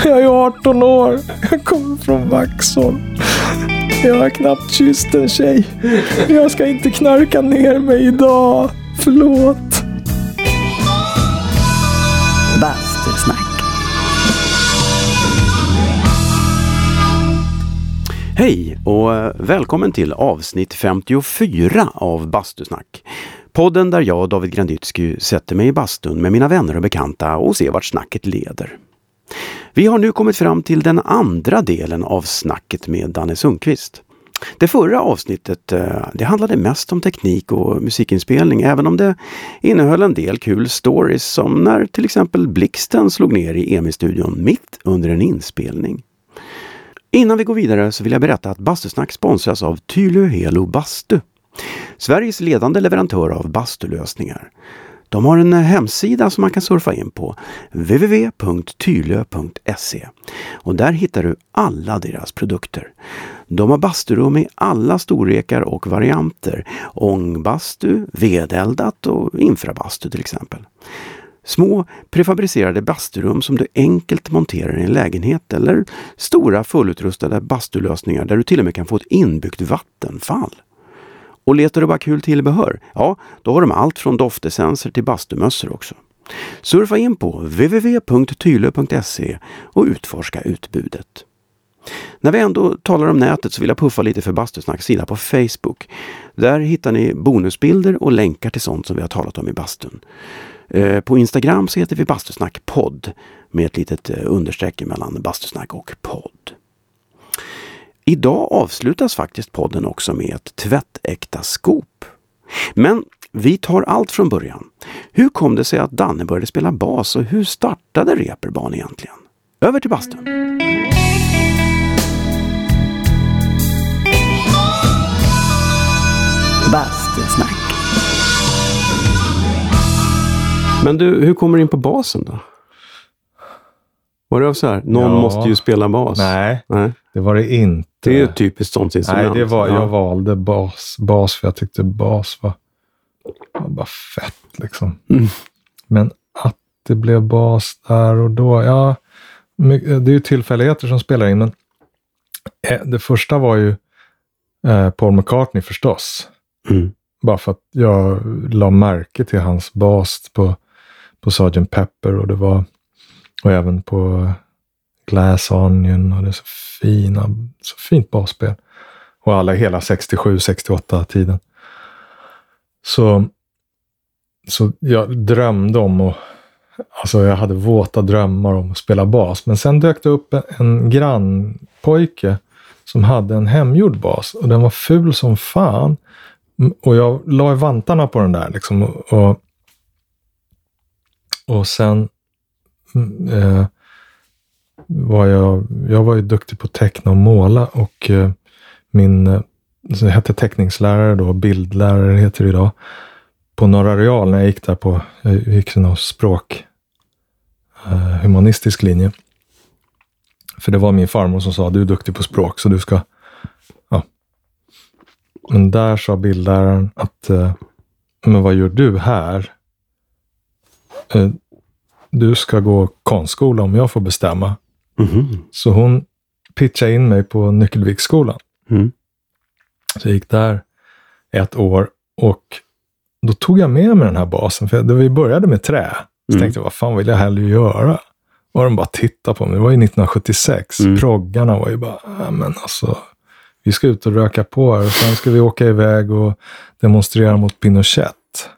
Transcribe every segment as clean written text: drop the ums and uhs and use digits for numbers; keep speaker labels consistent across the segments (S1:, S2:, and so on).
S1: Jag är 18 år. Jag kommer från Vaxholm. Jag har knappt kysst en tjej. Jag ska inte knarka ner mig idag. Förlåt.
S2: Bastusnack.
S3: Hej och välkommen till avsnitt 54 av Bastusnack. Podden där jag, David Grandytsky, sätter mig i bastun med mina vänner och bekanta och ser vart snacket leder. Vi har nu kommit fram till den andra delen av snacket med Danne Sundqvist. Det förra avsnittet det handlade mest om teknik och musikinspelning, även om det innehöll en del kul stories som när till exempel blixten slog ner i EMI-studion mitt under en inspelning. Innan vi går vidare så vill jag berätta att Bastusnack sponsras av Tylö Helo Bastu, Sveriges ledande leverantör av bastulösningar. De har en hemsida som man kan surfa in på, www.tylö.se, och där hittar du alla deras produkter. De har basturum i alla storlekar och varianter, ångbastu, vedeldat och infrabastu till exempel. Små prefabricerade basturum som du enkelt monterar i en lägenhet eller stora fullutrustade bastulösningar där du till och med kan få ett inbyggt vattenfall. Och letar du bara kul tillbehör, ja, då har de allt från doftessenser till bastumössor också. Surfa in på www.tylö.se och utforska utbudet. När vi ändå talar om nätet så vill jag puffa lite för Bastusnacks sida på Facebook. Där hittar ni bonusbilder och länkar till sånt som vi har talat om i bastun. På Instagram så heter vi Bastusnack podd med ett litet understreck mellan Bastusnack och podd. Idag avslutas faktiskt podden också med ett tvättäkta skop. Men vi tar allt från början. Hur kom det sig att Danne började spela bas och hur startade Reeperbahn egentligen? Över till bastun.
S2: Bastusnack.
S3: Men du, hur kommer du in på basen då? Var det så här? Någon måste ju spela bas.
S1: Nej, det var det inte.
S3: Det är ju ett typiskt sånt instrument.
S1: Nej, jag valde bas för jag tyckte bas var bara fett liksom. Mm. Men att det blev bas där och då, ja, det är ju tillfälligheter som spelar in, men det första var ju Paul McCartney förstås. Mm. Bara för att jag la märke till hans bas på Sgt. Pepper och även på Glass Onion och det är så fint basspel. Och hela 67-68 tiden. Så jag drömde om jag hade våta drömmar om att spela bas. Men sen dök det upp en grannpojke som hade en hemgjord bas och den var ful som fan. Och jag la i vantarna på den där liksom, och sen var jag var ju duktig på teckna och måla och så hette teckningslärare då, bildlärare heter det idag, på Norra Real när jag gick där jag gick någon humanistisk linje. För det var min farmor som sa, du är duktig på språk så du ska, ja. Men där sa bildläraren att men vad gör du här? Du ska gå konstskola om jag får bestämma. Mm-hmm. Så hon pitchade in mig på Nyckelviksskolan. Mm. Så jag gick där 1 år och då tog jag med mig den här basen. För vi började med trä. Så tänkte jag, vad fan vill jag hellre göra? Och de bara tittade på mig. Det var ju 1976. Proggarna var ju bara, men alltså, vi ska ut och röka på här. Och sen ska vi åka iväg och demonstrera mot Pinochet.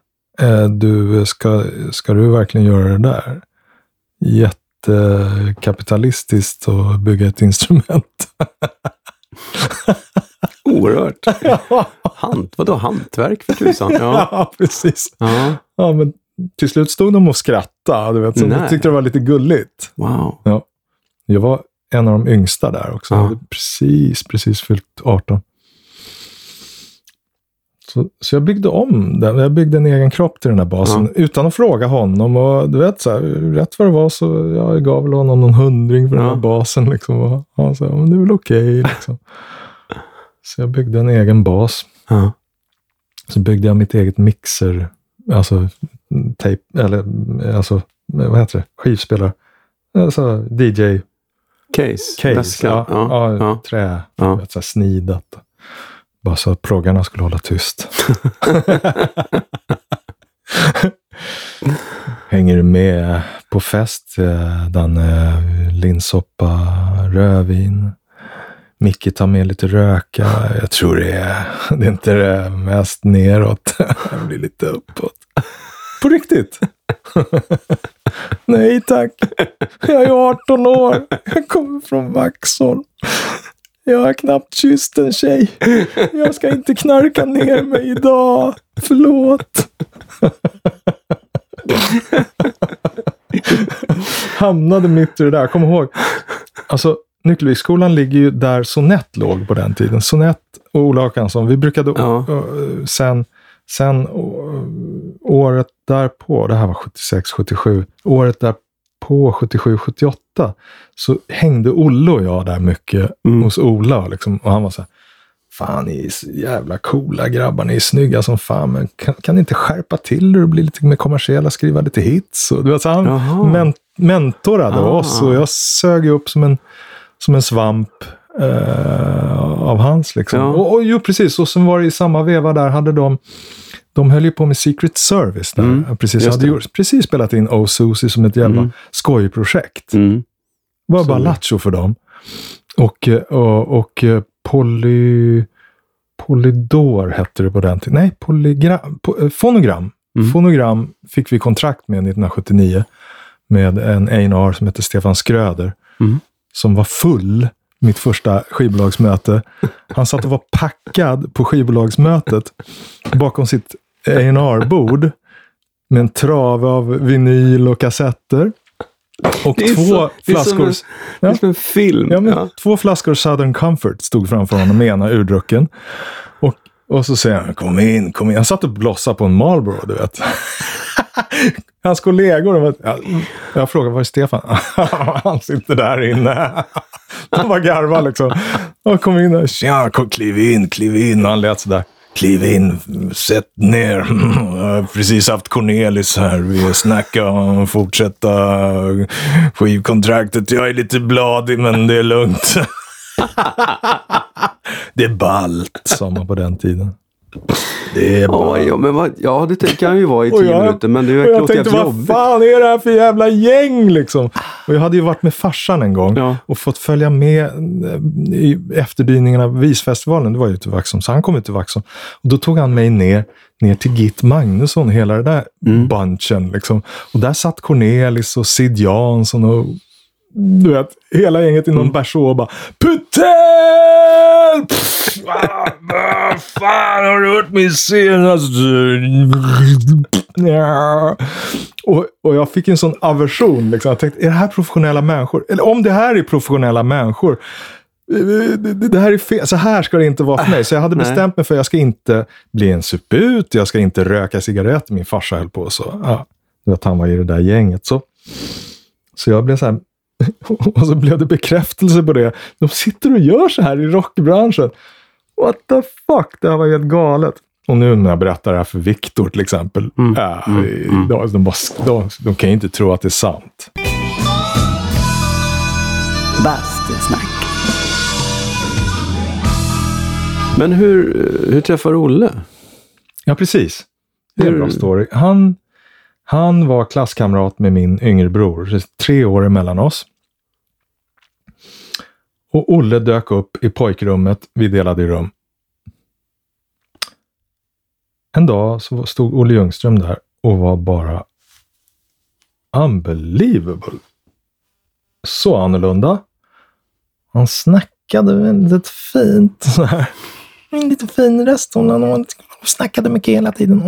S1: Ska du verkligen göra det där? Jättekapitalistiskt att bygga ett instrument.
S3: Oerhört. Vadå hantverk för tusan?
S1: Ja, precis. Ja, men till slut stod de och skrattade. Du vet, så jag tyckte det var lite gulligt.
S3: Wow.
S1: Ja. Jag var en av de yngsta där också. Jag hade precis fyllt 18. Så jag byggde om den. Jag byggde en egen kropp till den här basen utan att fråga honom. Och du vet, så här, rätt vad det var så jag gav väl honom någon 100 för den här basen. Liksom, och han sa, men det är väl okej. Liksom. Så jag byggde en egen bas. Så byggde jag mitt eget mixer. Alltså tape, eller alltså, vad heter det? Skivspelare. Alltså DJ
S3: Case. Väska.
S1: Ja. Trä. Så här snidat. Bara så att proggarna skulle hålla tyst. Hänger du med på fest? Danne, linssoppa, rödvin. Micke tar med lite röka. Jag tror det är inte det mest neråt. Det blir lite uppåt. På riktigt? Nej tack. Jag är 18 år. Jag kommer från Vaxholm. Jag har knappt kysst en tjej. Jag ska inte knarka ner mig idag. Förlåt. Hamnade mitt i det där. Kom ihåg. Alltså, Nyckelviksskolan ligger ju där Sonett låg på den tiden. Sonett och Ola Håkansson. Vi brukade sen året därpå, det här var 76-77, året därpå 77-78 så hängde Olle och jag där mycket hos Ola liksom, och han var så här, fan ni är så jävla coola grabbar, ni är snygga som fan, men kan ni inte skärpa till och bli lite mer kommersiella, skriva lite hits och du vet så han mentorade oss och jag sög upp som en svamp av hans liksom. Och jo precis, och sen var det i samma veva där hade de höll ju på med Secret Service där. Precis spelat in Oh Susie som ett jävla skojprojekt. Det var bara lattjo för dem. Och Polydor hette det på den tiden. Nej, Fonogram. Fonogram fick vi kontrakt med 1979 med en A&R som heter Stefan Skröder. Som var full mitt första skivbolagsmöte. Han satt och var packad på skivbolagsmötet bakom sitt A&R-bord med en trave av vinyl och kassetter. Och två flaskor...
S3: Det är som en film.
S1: Två flaskor Southern Comfort stod framför honom med ena urdrucken. Och så säger han, kom in. Han satt och blossade på en Marlboro, du vet. Hans kollegor, jag frågade, var är Stefan? Han sitter där inne. De var garva liksom. Och kom in och ja, kliv in. Och han lät sådär. Kliv in, sätt ner. Jag har precis haft Cornelis här. Vi snackar om fortsätta skivkontraktet. Jag är lite bladig, men det är lugnt. Det är ballt, sa man på den tiden. Det är bara...
S3: det kan ju vara i 10 minuter, men det är
S1: jag tänkte, vad fan är det här för jävla gäng liksom? Och jag hade ju varit med farsan en gång och fått följa med i efterdyningarna av Visfestivalen. Det var ju till Vaxholm, så han kom ut till Vaxholm. Och då tog han mig ner till Git Magnusson, hela det där bunchen liksom. Och där satt Cornelis och Sid Jansson och du vet, hela gänget i någon bärs och bara Putel! Vad fan har du hört mig senast? Och jag fick en sån aversion liksom. Jag tänkte, är det här professionella människor? Eller om det här är professionella människor, det här är fel. Så här ska det inte vara för mig. Så jag hade bestämt mig för att jag ska inte bli en suput, jag ska inte röka cigaretter. Min farsa höll på så. Ja, du vet, han var i det där gänget. Så jag blev så här. Och så blev det bekräftelse på det. De sitter och gör så här i rockbranschen. What the fuck? Det här var helt galet. Och nu när jag berättar det här för Viktor till exempel. De kan ju inte tro att det är sant.
S2: Bastusnack.
S3: Men hur träffar Olle?
S1: Ja, precis. Det är en bra story. Han var klasskamrat med min yngre bror. 3 år emellan oss. Och Olle dök upp i pojkrummet. Vi delade i rum. En dag så stod Olle Ljungström där och var bara unbelievable. Så annorlunda. Han snackade väldigt fint så här. En lite fin röst. Han snackade mycket hela tiden.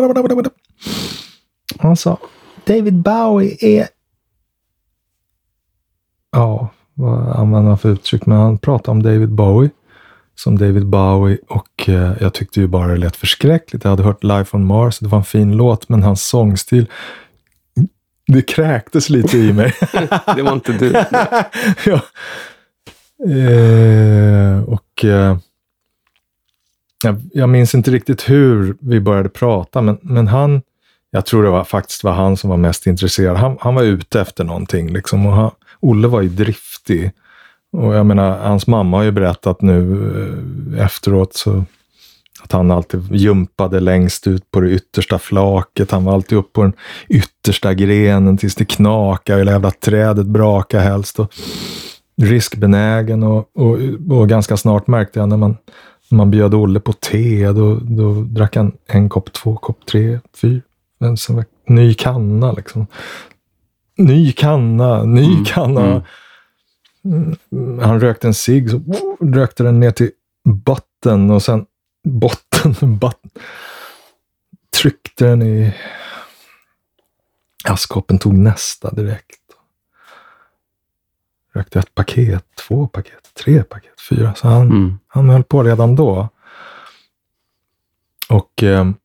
S1: Han sa, David Bowie är... Ja, vad använder han för uttryck? Men han pratade om David Bowie som David Bowie och jag tyckte ju bara det lät förskräckligt. Jag hade hört Life on Mars, det var en fin låt, men hans sångstil, det kräktes lite i mig.
S3: Det var inte du.
S1: Ja. Jag minns inte riktigt hur vi började prata, men han, jag tror det faktiskt var han som var mest intresserad. Han var ute efter någonting liksom, och Olle var ju driftig. Och jag menar, hans mamma har ju berättat nu efteråt så att han alltid jumpade längst ut på det yttersta flaket. Han var alltid upp på den yttersta grenen tills det knakade eller jävla trädet brakade helst. Och riskbenägen och ganska snart märkte jag när man bjöd Olle på te, då drack han 1 kopp, 2 kopp, 3, 4. Men sen var ny kanna liksom. Ny kanna. Han rökte en cigg, så rökte den ner till botten och sen botten tryckte den i askkoppen, tog nästa direkt. Rökte 1 paket, 2 paket, 3 paket, 4. Så han höll på redan då. Och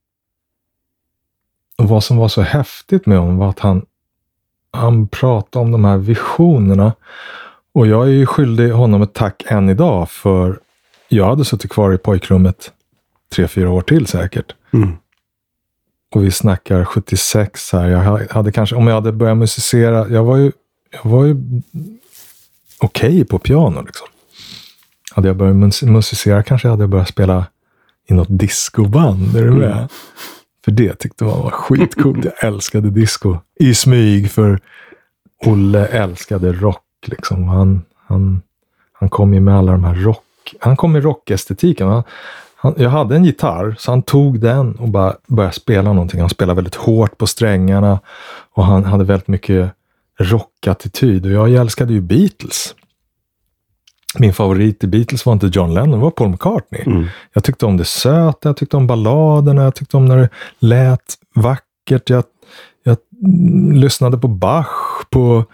S1: vad som var så häftigt med honom var att han pratade om de här visionerna. Och jag är ju skyldig honom ett tack än idag, för jag hade suttit kvar i pojkrummet 3-4 år till säkert. Och vi snackar 76 här. Jag hade kanske, om jag hade börjat musicera, jag var ju okej på piano liksom. Hade jag börjat musicera kanske jag hade börjat spela i något discoband. Är du med? För det tyckte jag var skitcoolt. Jag älskade disco. I smyg, för Olle älskade rock liksom. Han kom ju med alla de här han kom med rockestetiken. Jag hade en gitarr, så han tog den och bara började spela någonting. Han spelade väldigt hårt på strängarna och han hade väldigt mycket rockattityd. Och jag älskade ju Beatles. Min favorit i Beatles var inte John Lennon, det var Paul McCartney. Jag tyckte om det söta, jag tyckte om balladerna, jag tyckte om när det lät vackert. Jag lyssnade på Bach,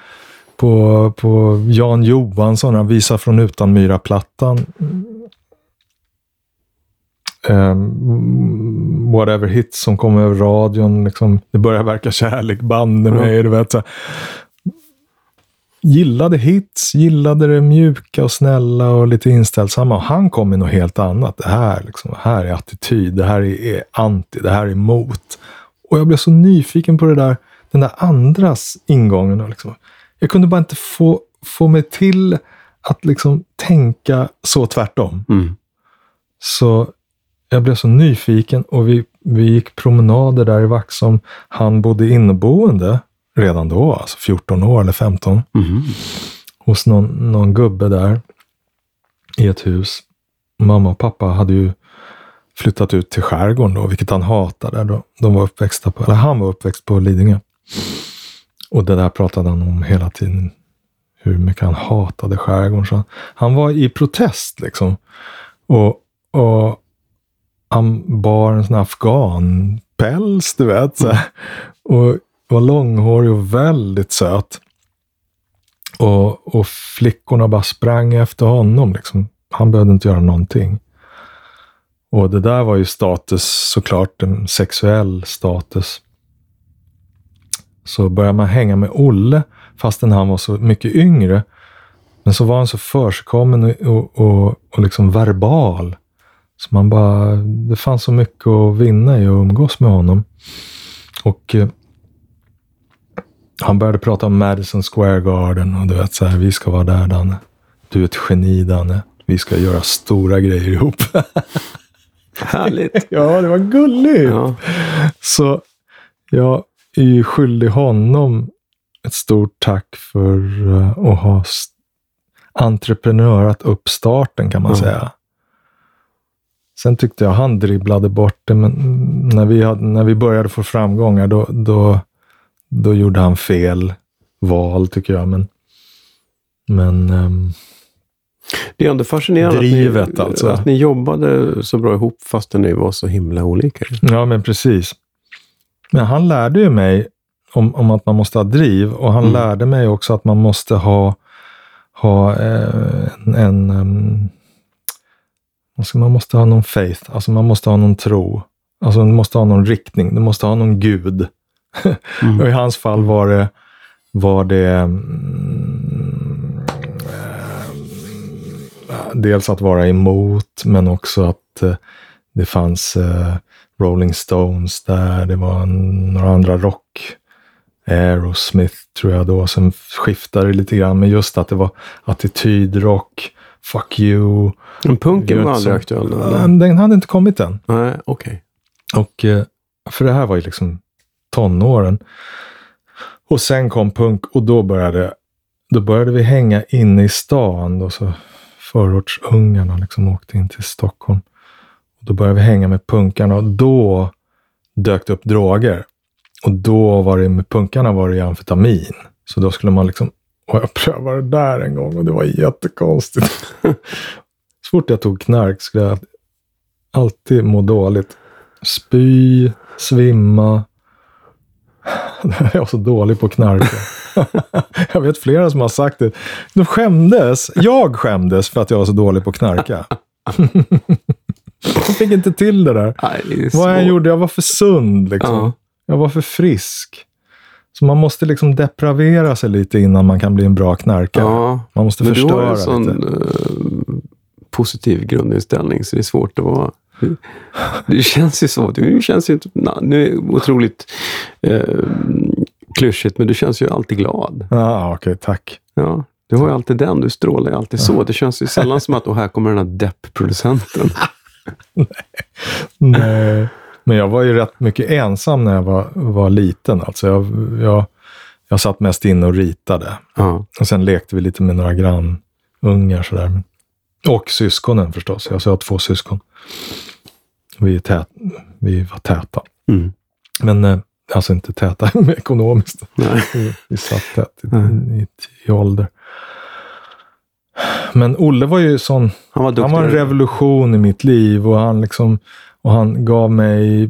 S1: på Jan Johansson, han visar från Utanmyra-plattan. Whatever hits som kom över radion liksom, det börjar verka kärlek banden med du vet så. Gillade hits, gillade det mjuka och snälla och lite inställsamma, och han kom med något helt annat. Det här är attityd, det här är anti, det här är emot. Och jag blev så nyfiken på den där andras ingången liksom. Jag kunde bara inte få mig till att liksom tänka så tvärtom. Så jag blev så nyfiken, och vi gick promenader där i Vaxholm. Han bodde inneboende redan då, alltså 14 år eller 15. Hos någon gubbe där i ett hus. Mamma och pappa hade ju flyttat ut till skärgården då, vilket han hatade. Han var uppväxt på Lidingö. Och det där pratade han om hela tiden. Hur mycket han hatade skärgården. Så han var i protest liksom. Och han bar en sån här afghanpäls, du vet. Så. Och var långhårig och väldigt söt. Och flickorna bara sprang efter honom liksom. Han behövde inte göra någonting. Och det där var ju status, såklart en sexuell status. Så började man hänga med Olle, fastän han var så mycket yngre. Men så var han så försigkommen och liksom verbal. Så man bara, det fanns så mycket att vinna i att umgås med honom. Och han började prata om Madison Square Garden. Och du vet så här, vi ska vara där, Danne. Du är ett geni, Danne. Vi ska göra stora grejer ihop.
S3: Härligt.
S1: Ja, det var gulligt.
S3: Ja.
S1: Så jag är ju skyldig honom ett stort tack för att ha entreprenörat upp starten, kan man säga. Sen tyckte jag han dribblade bort det, men när vi började få framgångar då gjorde han fel val, tycker jag. Men
S3: det är ändå fascinerande
S1: drivet,
S3: att ni jobbade så bra ihop fastän ni var så himla olika.
S1: Ja, men precis. Men han lärde ju mig om att man måste ha driv, och han lärde mig också att man måste ha man måste ha någon faith, alltså man måste ha någon tro, alltså man måste ha någon riktning, du måste ha någon gud. Och i hans fall var det dels att vara emot, men också att det fanns Rolling Stones där, det var några andra Aerosmith tror jag då. Sen skiftade det lite grann. Men just att det var attitydrock, fuck you.
S3: Men punken var aldrig aktuell?
S1: Den hade inte kommit än.
S3: Nej, okej.
S1: Och för det här var ju liksom tonåren. Och sen kom punk och då började vi hänga inne i stan. Och så förortsungarna liksom åkte in till Stockholm. Och då började vi hänga med punkarna och då dök det upp droger. Och då var det med punkarna var det amfetamin. Så då skulle man liksom, och jag prövade det där en gång och det var jättekonstigt. Så fort jag tog knark skulle jag alltid må dåligt. Spy, svimma. Jag var så dålig på knark. Jag vet flera som har sagt det. Jag skämdes för att jag var så dålig på knarka. Jag fick inte till det där.
S3: Nej,
S1: vad jag gjorde, jag var för sund liksom. Jag var för frisk. Så man måste liksom depravera sig lite innan man kan bli en bra knarkare. Man måste förstöra lite. Men du har en sån
S3: positiv grundinställning så det är svårt att vara. Det känns ju så. Det känns ju inte, nu är otroligt klyschigt, men du känns ju alltid glad.
S1: Ja, okej, tack.
S3: Ja, du har ju alltid den, du strålar ju alltid så. Det känns ju sällan som att här kommer den här depp-producenten.
S1: Nej. Men jag var ju rätt mycket ensam när jag var liten. Alltså jag satt mest in och ritade. Och sen lekte vi lite med några grannungar sådär. Och syskonen förstås. Jag har 2 syskon. Vi var täta. Mm. Men alltså inte täta ekonomiskt. Nej. Vi satt tätt i 10 ålder. Men Olle var ju sån. Han var en revolution i mitt liv. Och han gav mig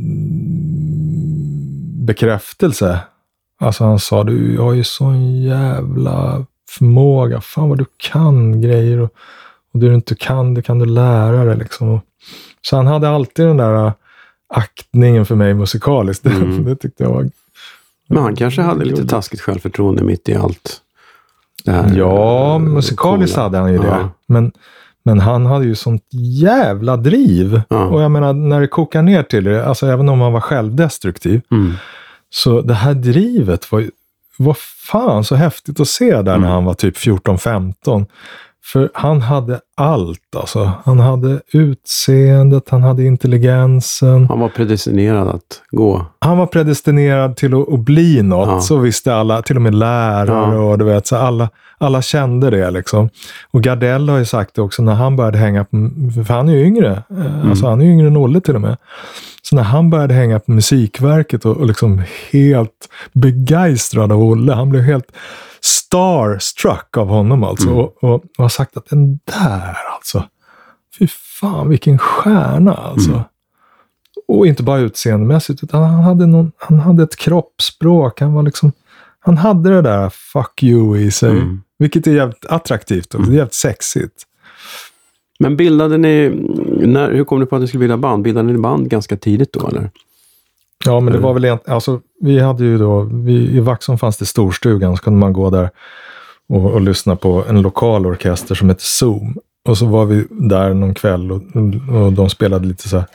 S1: bekräftelse. Alltså han sa, du har ju sån jävla förmåga. Fan vad du kan grejer. Och det du inte kan, det kan du lära dig liksom. Så han hade alltid den där aktningen för mig musikaliskt. Det tyckte jag var...
S3: Men han kanske hade lite taskigt självförtroende mitt i allt det här.
S1: Ja, musikaliskt hade han ju det. Men han hade ju sånt jävla driv. Och jag menar, när det kokar ner till det, alltså även om han var självdestruktiv. Så det här drivet var fan så häftigt att se där när han var typ 14-15. För han hade allt alltså. Han hade utseendet, han hade intelligensen.
S3: Han var predestinerad att gå.
S1: Han var predestinerad till att bli något. Så visste alla, till och med lärare och du vet, så alla kände det liksom. Och Gardell har ju sagt det också när han började hänga på, för han är ju yngre. Alltså han är ju yngre än Olle till och med. Så när han började hänga på Musikverket och liksom helt begeistrad av Olle. Han blev helt starstruck av honom alltså. Och har sagt att den där alltså. Fy fan vilken stjärna alltså. Och inte bara utseendemässigt utan han hade ett kroppsspråk. Han hade det där fuck you i sig. Vilket är jävligt attraktivt och jävligt sexigt.
S3: Men bildade ni, hur kom ni på att ni skulle bilda band? Bildade ni band ganska tidigt då eller?
S1: Ja, men det var väl alltså vi hade ju då, i Vaxholm fanns det storstugan, så kunde man gå där och lyssna på en lokal orkester som heter Zoom. Och så var vi där någon kväll och de spelade lite så här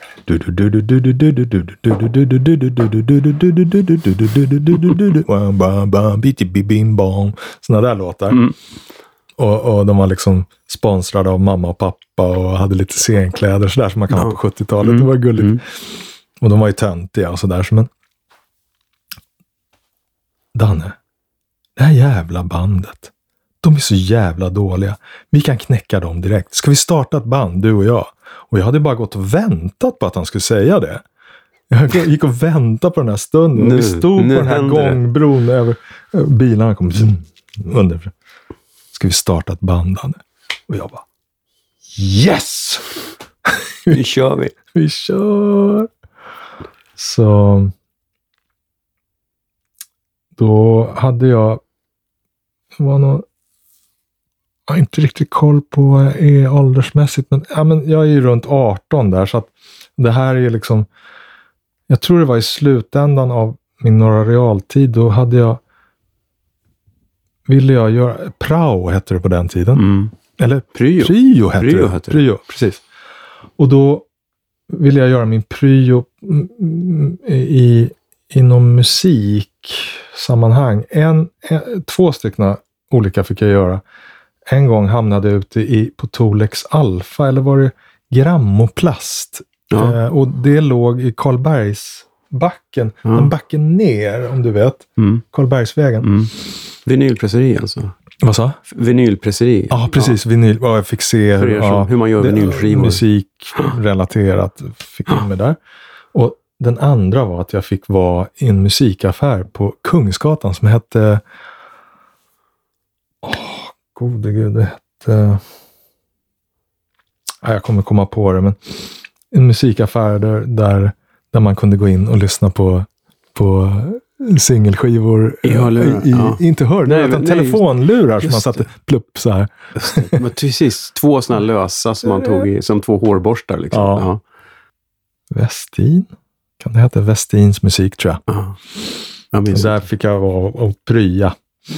S1: såna där låtar. Och de var liksom sponsrade av mamma och pappa och hade lite scenkläder sådär som man kan ha på 70-talet. Det var gulligt. Och de var ju töntiga och sådär. Men Danne, det här jävla bandet, de är så jävla dåliga. Vi kan knäcka dem direkt. Ska vi starta ett band, du och jag? Och jag hade bara gått och väntat på att han skulle säga det. Jag gick och väntade på den här stunden. Vi stod på den här gångbron över bilarna kom under. Ska vi starta ett band, Danne? Och jag bara, yes!
S3: Nu kör vi.
S1: Vi kör! Så då hade jag har inte riktigt koll på åldersmässigt, men jag är ju runt 18 där, så att det här är liksom, jag tror det var i slutändan av min Norra realtid, då ville jag göra, prao hette det på den tiden. Eller pryo hette det. Pryo, precis. Och då ville jag göra min pryo inom musik sammanhang. Två stycken olika fick jag göra. En gång hamnade jag ute på Tolex Alpha, eller var det Grammoplast?
S3: Ja.
S1: Och det låg i Karlbergsbacken. En backen ner, om du vet. Karlbergsvägen.
S3: Vinylpresseri alltså.
S1: Vad sa?
S3: Vinylpresseri.
S1: Ja, precis. Vinyl. Ja, jag fick se
S3: hur man gör vinylskivor.
S1: Musikrelaterat fick jag med där. Och den andra var att jag fick vara i en musikaffär på Kungsgatan som hette... Gode gud, det hette... jag kommer komma på det, men en musikaffär där man kunde gå in och lyssna på singelskivor inte utan telefonlurar som man satte plupp så här.
S3: Men precis, två såna lösa som man tog i, som två hårborstar liksom. Ja.
S1: Westin? Kan det heta Westins musik, tror jag. Och där fick jag vara och prya.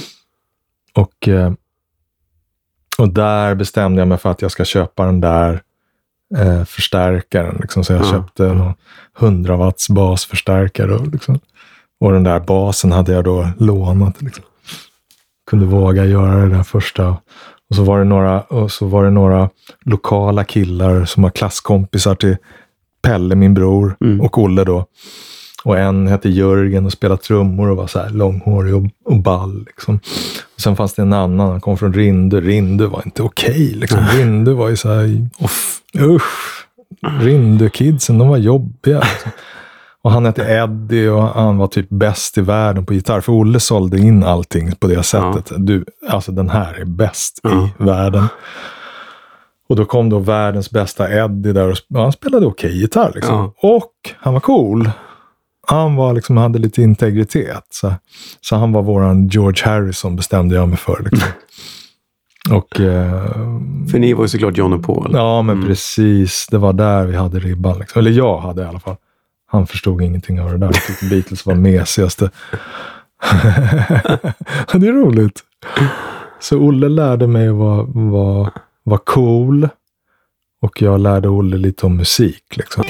S1: Och där bestämde jag mig för att jag ska köpa den där förstärkaren. Liksom. Så jag köpte en 100 watts basförstärkare. Och den där basen hade jag då lånat. Liksom. Kunde våga göra det där första. Och så var det några lokala killar som var klasskompisar till Pelle, min bror, och Olle då. Och en hette Jörgen och spelade trummor och var så här långhårig och ball. Liksom. Och sen fanns det en annan, han kom från Rinde. Rinde var inte okej. Liksom. Rinde var ju så här, usch. Rinde-kidsen, de var jobbiga. Liksom. Och han hette Eddie och han var typ bäst i världen på gitarr. För Olle sålde in allting på det sättet. Alltså den här är bäst i världen. Och då kom då världens bästa Eddie där och han spelade okej gitarr. Liksom. Och han var cool. Han var liksom, hade lite integritet. Så han var våran George Harrison, bestämde jag mig för. Liksom. Och,
S3: för ni var ju såklart John och Paul.
S1: Ja, men precis. Det var där vi hade ribban. Liksom. Eller jag hade i alla fall. Han förstod ingenting av det där. Jag tyckte Beatles var mesigaste. Det är roligt. Så Olle lärde mig vara cool. Och jag lärde Olle lite om musik. Liksom.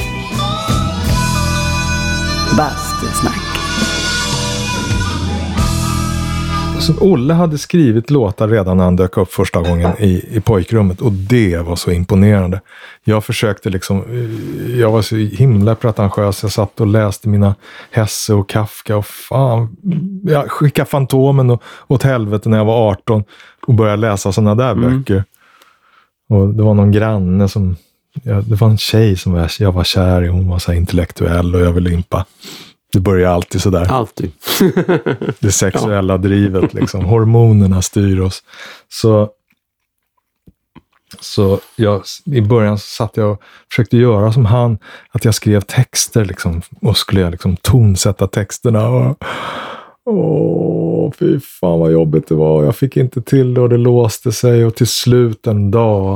S2: Bastusnack.
S1: Så Olle hade skrivit låtar redan när han dök upp första gången i pojkrummet. Och det var så imponerande. Jag försökte liksom... Jag var så himla pretentiös. Jag satt och läste mina Hesse och Kafka. Och fan... Jag skickade Fantomen åt helvete när jag var 18. Och började läsa sådana där böcker. Och det var någon granne som... det var en tjej som jag var kär i. Hon var så här intellektuell och jag ville impa. Det börjar alltid sådär.
S3: Alltid.
S1: Det sexuella drivet liksom. Hormonerna styr oss. Så i början satt jag och försökte göra som han. Att jag skrev texter liksom. Och skulle jag liksom tonsätta texterna. Och fy fan vad jobbigt det var. Jag fick inte till det och det låste sig. Och till slut en dag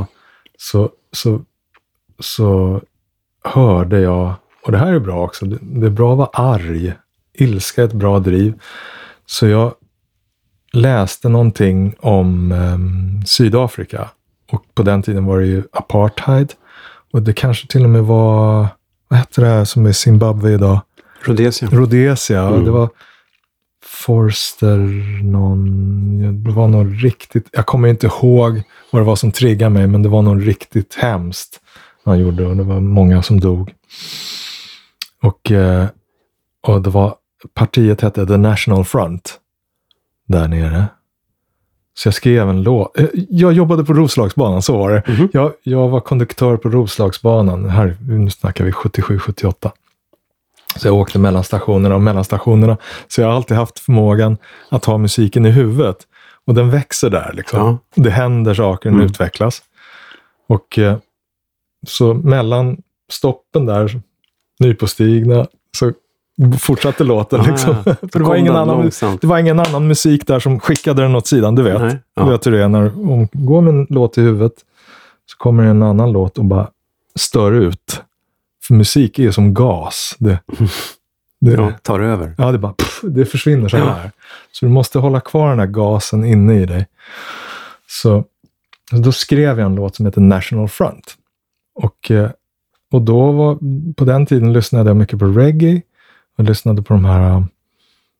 S1: så hörde jag, och det här är bra också, det är bra att vara arg. Ilska är ett bra driv. Så jag läste någonting om Sydafrika. Och på den tiden var det ju apartheid. Och det kanske till och med var, vad heter det här som är Zimbabwe idag? Rhodesia. Det var Forster det var någon riktigt, jag kommer inte ihåg vad det var som triggade mig, men det var någon riktigt hemskt han gjorde och det var många som dog. Och det var, partiet hette The National Front där nere. Så jag skrev en låt. Jag jobbade på Roslagsbanan, så var det. Jag var konduktör på Roslagsbanan. Här, nu snackar vi 77-78. Så jag åkte mellan stationerna. Så jag har alltid haft förmågan att ha musiken i huvudet. Och den växer där liksom. Ja. Det händer saker, den utvecklas. Och så mellan stoppen där, Nypåstigna, så fortsatte låten liksom. För det var ingen annan musik där som skickade den åt sidan, du vet. Nej, ja. Du vet hur det är när om går med en låt i huvudet så kommer en annan låt och bara stör ut. För musik är som gas. Det
S3: tar över.
S1: Ja, det bara det försvinner så här. Så du måste hålla kvar den här gasen inne i dig. Så då skrev jag en låt som heter National Front. Och då var, på den tiden lyssnade jag mycket på reggae. Jag lyssnade på de här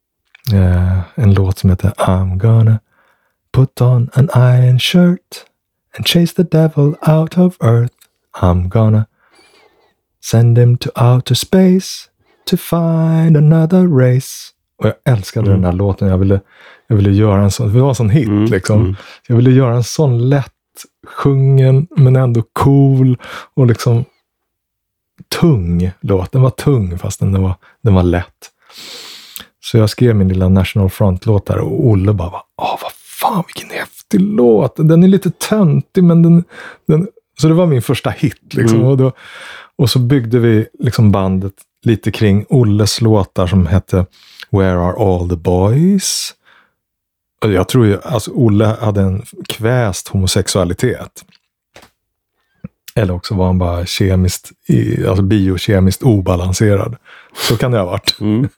S1: en låt som heter I'm gonna put on an iron shirt and chase the devil out of earth. I'm gonna send him to outer space to find another race. Och jag älskade den här låten. Jag ville göra en sån, det var en sån hit liksom. Jag ville göra en sån lätt sjungen men ändå cool och liksom tung låt. Den var tung fast den var lätt. Så jag skrev min lilla National Front-låt där och Olle bara, vad fan vilken häftig låt. Den är lite töntig men den så det var min första hit liksom. Och så byggde vi liksom bandet lite kring Olles låtar som hette Where Are All The Boys? Och jag tror ju, alltså Olle hade en kväst homosexualitet. Eller också var han bara biokemiskt obalanserad. Så kan det ha varit.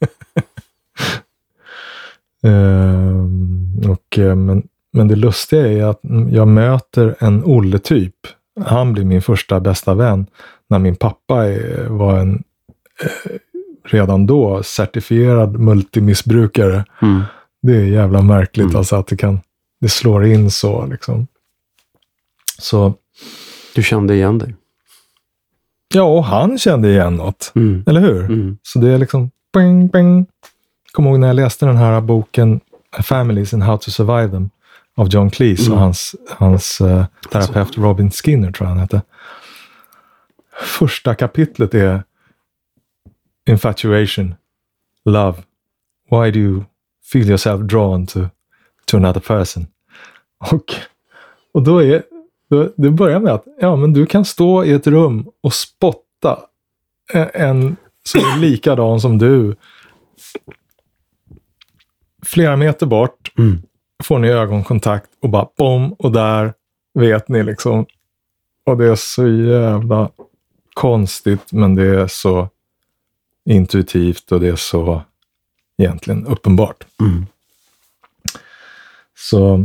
S1: Men det lustiga är att jag möter en Olle-typ. Han blir min första bästa vän när min pappa var en redan då certifierad multimissbrukare. Det är jävla märkligt alltså att det slår in så liksom. Så
S3: du kände igen dig?
S1: Ja, och han kände igen något. Eller hur? Så det är liksom bing, bing. Kom ihåg när jag läste den här boken Families and How to Survive Them av John Cleese och hans terapeut Robin Skinner tror jag han hette. Första kapitlet är Infatuation, Love. Why do you feel yourself drawn to another person? Och då det börjar med att men du kan stå i ett rum och spotta en som är likadan som du. Flera meter bort får ni ögonkontakt och bara bom och där vet ni liksom. Och det är så jävla konstigt men det är så intuitivt och det är så egentligen uppenbart. Så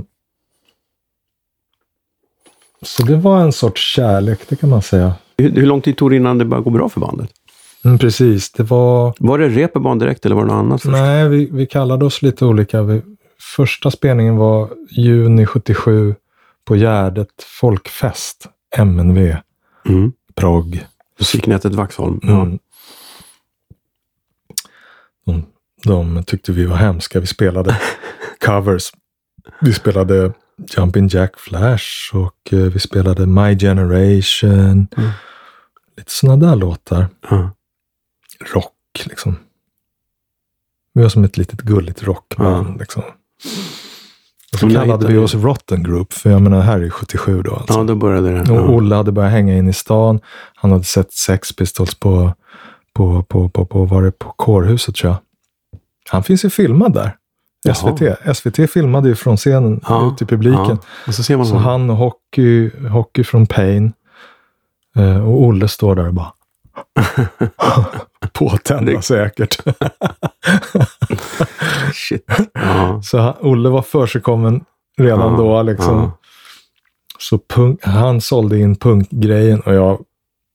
S1: det var en sorts kärlek, det kan man säga.
S3: Hur lång tid tog det innan det började gå bra för bandet?
S1: Precis, det var...
S3: Var det Reeperbahn direkt eller var det något annat först?
S1: Nej, vi kallade oss lite olika. Första spelningen var juni 77 på Gärdet folkfest, MNV, Prog.
S3: Musiknätet Vaxholm.
S1: De tyckte vi var hemska. Vi spelade covers. Vi spelade Jumpin' Jack Flash och vi spelade My Generation. Lite såna där låtar. Rock liksom. Vi var som ett litet gulligt rockband liksom. Och så kallade vi oss Rotten Group, för jag menar här är 77 då alltså.
S3: Ja, då började det.
S1: Och Olle hade börjat hänga in i stan. Han hade sett Sex Pistols på Kårhuset tror jag. Han finns ju filmad där. SVT filmade ju från scenen ut i publiken.
S3: Och så ser man
S1: så han hockey från Pain. Och Olle står där och bara påtända säkert.
S3: Shit.
S1: Så Olle var försigkommen redan då liksom. Så han sålde in punkgrejen och jag...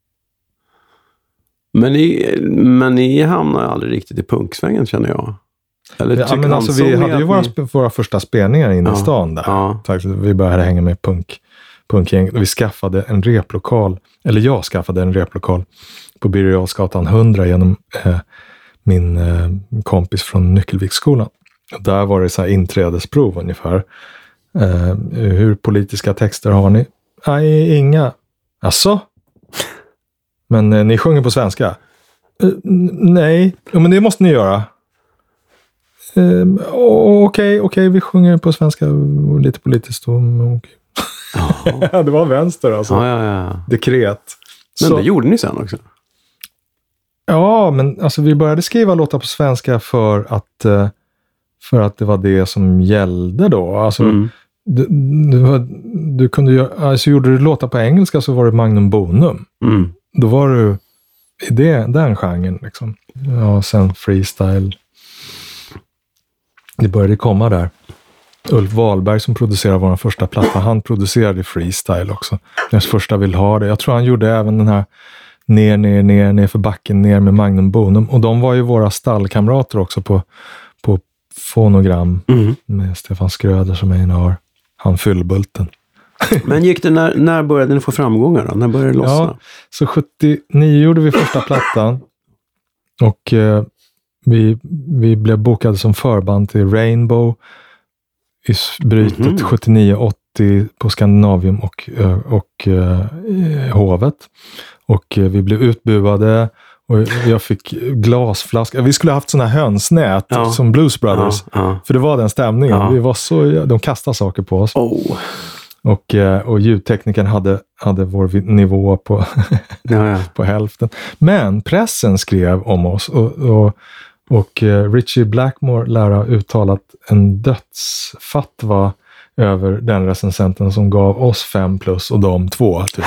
S3: Men ni hamnade aldrig riktigt i punksvängen känner jag. Eller
S1: men alltså, vi hade ju våra första spelningar inne i stan där. Vi började hänga med punkgäng. Vi skaffade en replokal. Eller jag skaffade en replokal på Birger Jarlsgatan 100 genom min kompis från Nyckelviksskolan. Och där var det så här inträdesprov ungefär. Hur politiska texter har ni? Nej, inga. Asså? Men ni sjunger på svenska? Nej, men det måste ni göra. Okej, vi sjunger på svenska och lite politiskt. Okay. Det var vänster alltså.
S3: Ja.
S1: Dekret.
S3: Men det gjorde ni sen också?
S1: Ja, men alltså vi började skriva låtar på svenska för att det var det som gällde då. Alltså, du kunde ju, alltså gjorde du låtar på engelska så var det Magnum Bonum. Då var du i den genren liksom. Ja, sen freestyle. Det började komma där. Ulf Wahlberg som producerade vår första platta, han producerade freestyle också. Deras första Vill ha det. Jag tror han gjorde även den här ner för backen, ner med Magnum Bonum. Och de var ju våra stallkamrater också på fonogram med Stefan Skröder som är han fyllbulten.
S3: Men gick det när började ni få framgångar då? När började det lossna?
S1: Ja, så 79 gjorde vi första plattan. Och vi blev bokade som förband till Rainbow i brytet 79-80 på Skandinavium och Hovet. Och vi blev utbuade och jag fick glasflaska. Vi skulle ha haft såna här hönsnät som Blues Brothers. För det var den stämningen. Vi var de kastade saker på oss. Och ljudtekniken hade vår nivå på, på hälften. Men pressen skrev om oss och Richie Blackmore lär ha uttalat en dödsfatwa över den recensenten som gav oss 5+ och de 2 typ.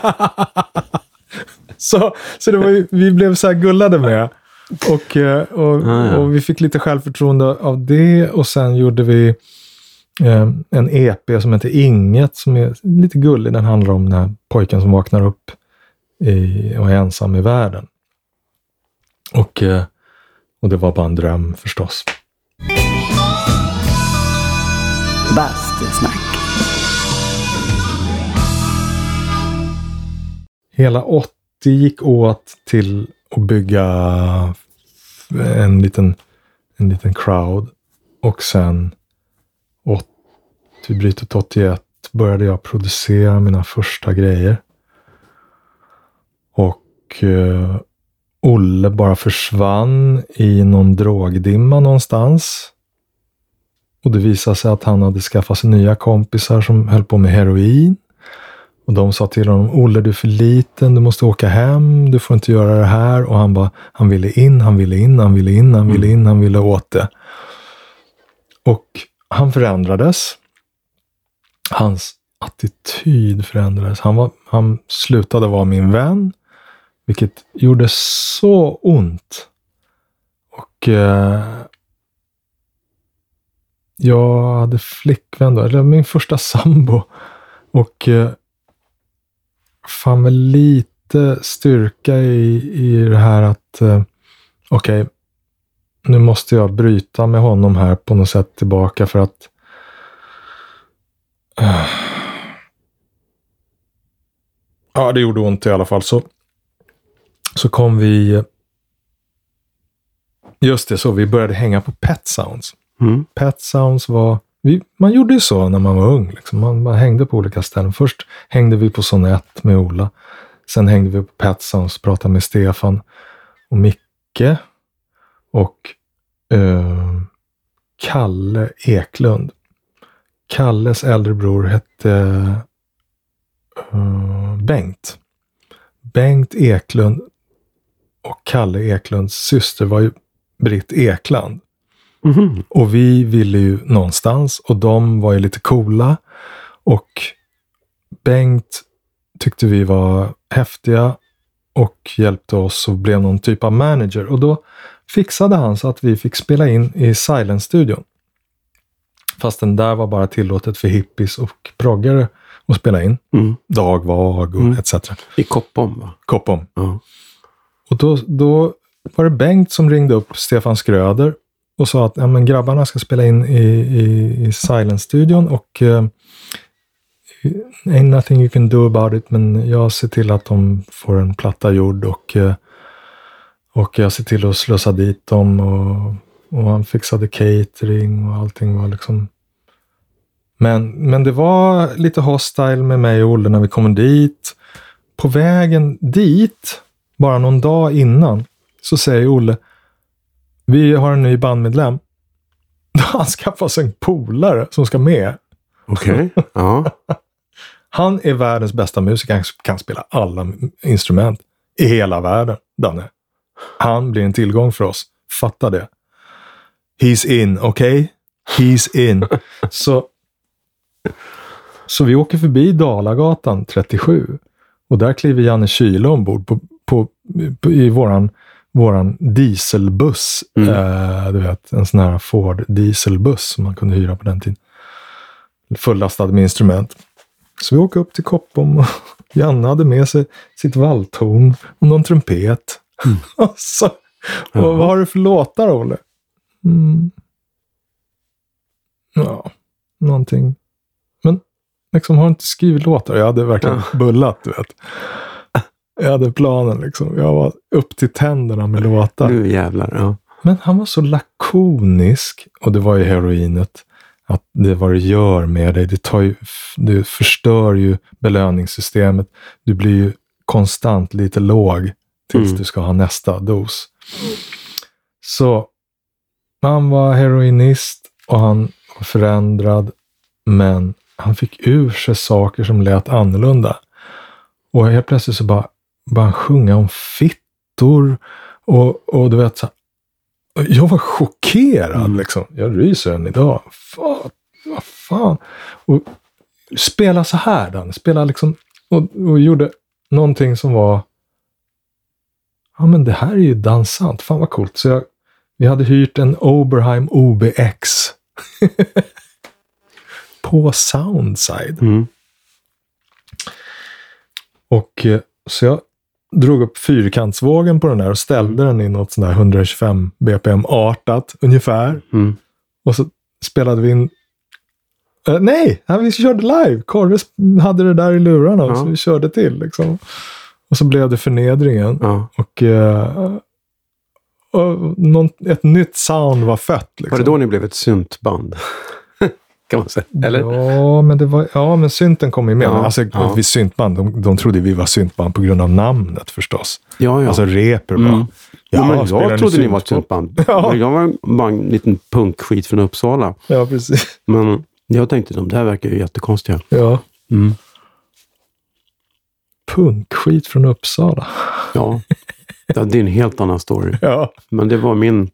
S1: så det var vi blev så här gullade med och vi fick lite självförtroende av det, och sen gjorde vi en EP som heter Inget, som är lite gullig. Den handlar om den här pojken som vaknar upp och är ensam i världen. Och det var bara en dröm förstås.
S2: Bastusnack.
S1: Hela 80 gick åt till att bygga en liten crowd, och sen brytet 81 började jag producera mina första grejer. Och Olle bara försvann i någon drogdimma någonstans. Och det visade sig att han hade skaffat sig nya kompisar som höll på med heroin. Och de sa till honom: Olle, du är för liten, du måste åka hem, du får inte göra det här. Och han ville åt det. Och han förändrades. Hans attityd förändrades. Han slutade vara min vän, vilket gjorde så ont. Och jag hade flickvän då, eller min första sambo, och fann väl lite styrka i det här att okej, nu måste jag bryta med honom här på något sätt tillbaka, för att ja, det gjorde ont i alla fall. Så kom vi, just det, så vi började hänga på Pet Sounds. Pet Sounds var, man gjorde ju så när man var ung liksom. Man hängde på olika ställen. Först hängde vi på Sonett med Ola. Sen hängde vi på Pet Sounds, pratade med Stefan och Micke och Kalle Eklund. Kalles äldre bror hette Bengt. Bengt Eklund och Kalle Eklunds syster var ju Britt Ekland. Och vi ville ju någonstans, och de var ju lite coola, och Bengt tyckte vi var häftiga och hjälpte oss och blev någon typ av manager, och då fixade han så att vi fick spela in i Silence-studion. Fast den där var bara tillåtet för hippies och proggare att spela in. Dagvag och etc.
S3: I Koppom, va?
S1: Koppom. Och då var det Bengt som ringde upp Stefan Skröder och sa att ja, men grabbarna ska spela in i Silence-studion, och ain't nothing you can do about it, men jag ser till att de får en platta gjord, och jag ser till att slussa dit dem, och han fixade catering och allting var liksom. Men det var lite hostile med mig och Olle när vi kom dit. På vägen dit, bara någon dag innan, så säger Olle: vi har en ny bandmedlem. Han skaffar sig en polare som ska med.
S3: Okej, ja.
S1: Han är världens bästa musiker. Han kan spela alla instrument i hela världen, Danne. Han blir en tillgång för oss. Fatta det. He's in, okej? He's in. Så vi åker förbi Dalagatan 37. Och där kliver Janne Kyle ombord i våran dieselbuss. Du vet, en sån här Ford dieselbuss som man kunde hyra på den tiden. Fullastad med instrument. Så vi åker upp till Koppom, och Janne hade med sig sitt valthorn och någon trumpet. Och vad har du för låtar, Olle? Ja, någonting. Men liksom har inte skrivit låtar. Jag hade verkligen bullat, du vet. Jag hade planen liksom. Jag var upp till tänderna med låtar.
S3: Nu jävlar, ja.
S1: Men han var så lakonisk. Och det var ju heroinet. Att det vad det gör med dig. Det förstör ju belöningssystemet. Du blir ju konstant lite låg. Tills du ska ha nästa dos. Så han var heroinist. Och han var förändrad. Men han fick ur sig saker som lät annorlunda. Och helt plötsligt så bara han sjunga om fittor. Och du vet så här, jag var chockerad liksom. Jag ryser än idag. Vad fan. Och spela så här då. Spela liksom. Och gjorde någonting som var. Ja men det här är ju dansant. Fan vad coolt. Så vi hade hyrt en Oberheim OBX. På Soundside. Och så jag drog upp fyrkantsvågen på den där och ställde den i något sånt där 125 BPM-artat ungefär. Och så spelade vi in nej, vi körde live. Korre hade det där i lurarna och så vi körde till liksom. Och så blev det förnedringen. Och ett nytt sound var fött liksom.
S3: Var det då ni blev ett syntband? Kan man säga. Eller?
S1: Ja, men synten kom ju med. Alltså, vi syntband, de trodde vi var syntband på grund av namnet förstås. Alltså Reper bara.
S3: Jag trodde ni var ett syntband. Jag var bara en liten punkskit från Uppsala.
S1: Ja, precis.
S3: Men jag tänkte, de där verkar ju jättekonstiga.
S1: Ja. Punkskit från Uppsala.
S3: Ja, det är en helt annan story.
S1: Ja.
S3: Men det var min...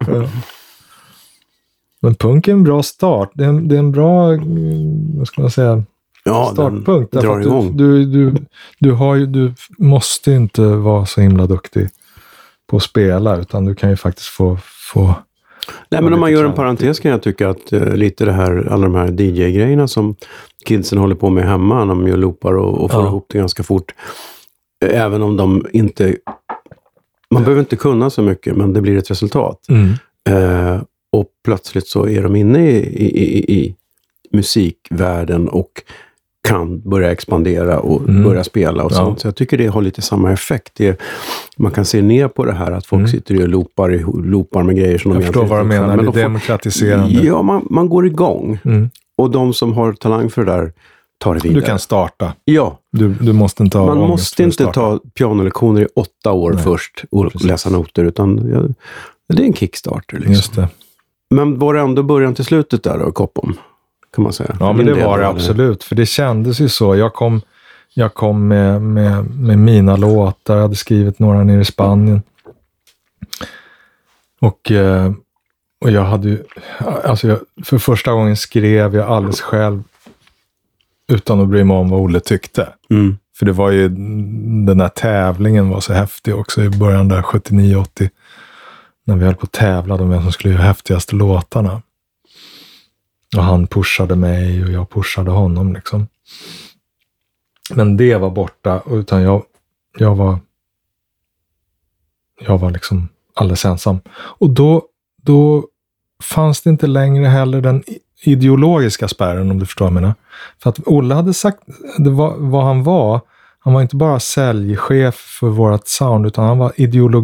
S1: Men punk är en bra start. Det är en bra, vad ska man säga, startpunkt.
S3: Drar igång.
S1: Du måste inte vara så himla duktig på att spela, utan du kan ju faktiskt få
S3: Nej, men om man gör en parentes kan jag tycka att lite det här, alla de här DJ-grejerna som kidsen håller på med hemma, de gör loopar och får ihop det ganska fort. Även om de inte... Man behöver inte kunna så mycket, men det blir ett resultat. Och plötsligt så är de inne i musikvärlden och kan börja expandera och börja spela och sånt. Så jag tycker det har lite samma effekt. Man kan se ner på det här att folk sitter och loopar med grejer som
S1: jag förstår vad du menar, det är demokratiserande.
S3: Ja, man går igång. Och de som har talang för det där tar det vidare.
S1: Du kan starta.
S3: Ja.
S1: Du måste inte ha
S3: man måste inte ta pianolektioner i 8 år först och läsa noter, utan det är en kickstarter liksom. Just det. Men var det ändå början till slutet där då, Koppom? Kan man säga.
S1: Ja, men det var det absolut. För det kändes ju så. Jag kom med mina låtar. Jag hade skrivit några nere i Spanien. Och jag hade ju... Alltså för första gången skrev jag alldeles själv utan att bry mig om vad Olle tyckte. För det var ju... Den här tävlingen var så häftig också i början där 79-80. När vi höll på att tävla om vem som skulle göra häftigaste låtarna. Och han pushade mig och jag pushade honom liksom. Men det var borta, utan jag var liksom alldeles ensam. Och då fanns det inte längre heller den ideologiska spärren, om du förstår vad jag menar. För att Olle hade sagt vad han var. Han var inte bara säljchef för vårat sound, utan han var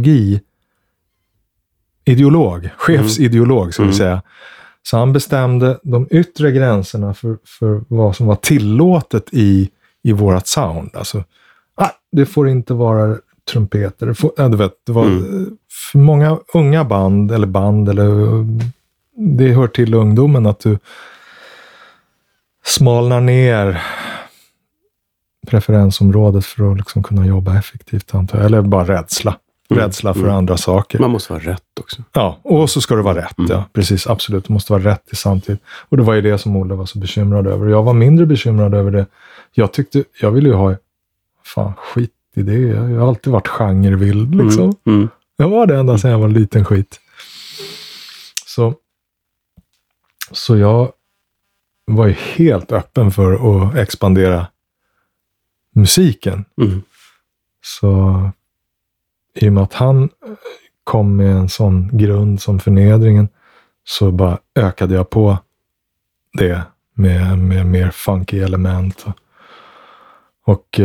S1: chefsideolog ska vi säga. Så han bestämde de yttre gränserna för vad som var tillåtet i vårat sound. Alltså, det får inte vara trumpeter. Det var för många unga band eller det hör till ungdomen att du smalnar ner preferensområdet för att liksom kunna jobba effektivt, antar jag. Eller bara rädsla. Rädsla för andra saker.
S3: Man måste vara rätt också.
S1: Ja, och så ska det vara rätt. Ja, precis, absolut. Det måste vara rätt i samtidigt. Och det var ju det som Olle var så bekymrad över. Jag var mindre bekymrad över det. Jag ville ju ha skit i det. Jag har alltid varit genrevild liksom. Jag var det ända sedan jag var liten skit. Så jag var ju helt öppen för att expandera musiken. Så i och med att han kom med en sån grund som förnedringen, så bara ökade jag på det med mer funky element. Och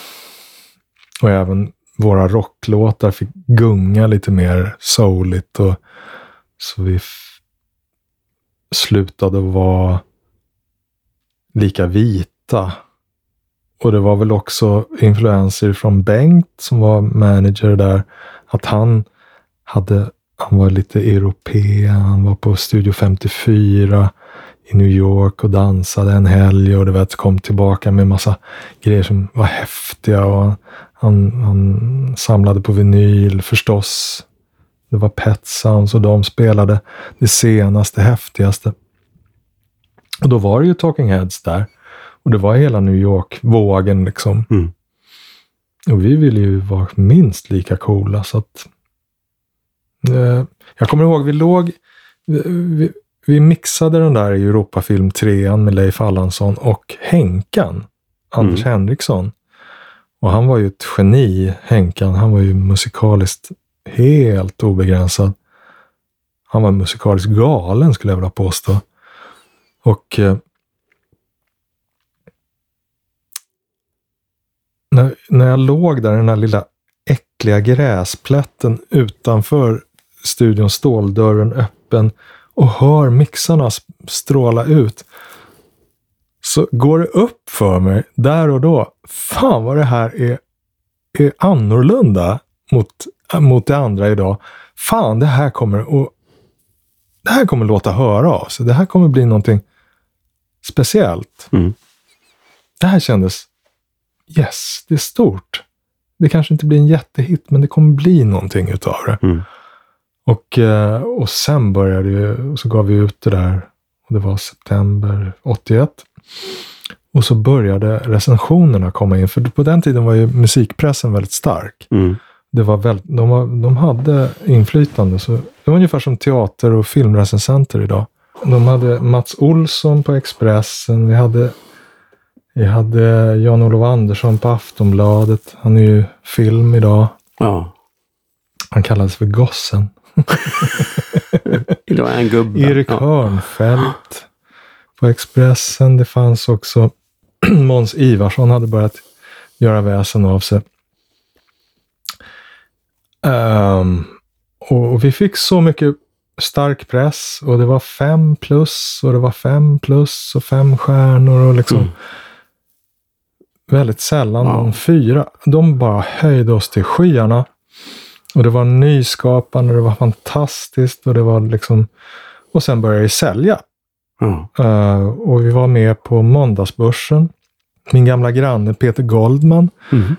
S1: även våra rocklåtar fick gunga lite mer souligt. Och så vi slutade vara lika vita. Och det var väl också influenser från Bengt som var manager där. Att han var lite europé. Han var på Studio 54 i New York och dansade en helg. Och kom tillbaka med massa grejer som var häftiga. Och han samlade på vinyl förstås. Det var Pet Sounds och de spelade det senaste, häftigaste. Och då var det ju Talking Heads där. Och det var hela New York-vågen liksom. Mm. Och vi ville ju vara minst lika coola. Så att jag kommer ihåg, vi mixade den där i Europafilm 3 med Leif Allansson och Henkan, Anders Henriksson. Och han var ju ett geni, Henkan. Han var ju musikaliskt helt obegränsad. Han var musikaliskt galen, skulle jag vilja påstå. Och när jag låg där i den här lilla äckliga gräsplätten utanför studion, ståldörren öppen, och hör mixarna stråla ut, så går det upp för mig där och då, fan vad det här är annorlunda mot det andra idag. Fan, det här kommer låta höra av sig. Det här kommer bli någonting speciellt. Mm. Det här kändes, yes, det är stort. Det kanske inte blir en jättehit, men det kommer bli någonting utav det. Mm. Och sen började ju, och så gav vi ut det där, och det var september 81. Och så började recensionerna komma in, för på den tiden var ju musikpressen väldigt stark. Mm. Det var de hade inflytande, så det var ungefär som teater- och filmrecensenter idag. De hade Mats Olsson på Expressen, vi hade Jan-Olof Andersson på Aftonbladet. Han är ju film idag. Ja. Han kallades för Gossen.
S3: Idag är en gubbe.
S1: Erik Hörnfeldt på Expressen. Det fanns också Måns Ivarsson hade börjat göra väsen av sig. Och vi fick så mycket stark press, och det var 5+ och det var 5+ och 5 stjärnor och liksom väldigt sällan de 4. De bara höjde oss till skyarna, och det var nyskapande, det var fantastiskt, och det var liksom, och sen började det sälja. Och vi var med på Måndagsbörsen. Min gamla granne Peter Goldman,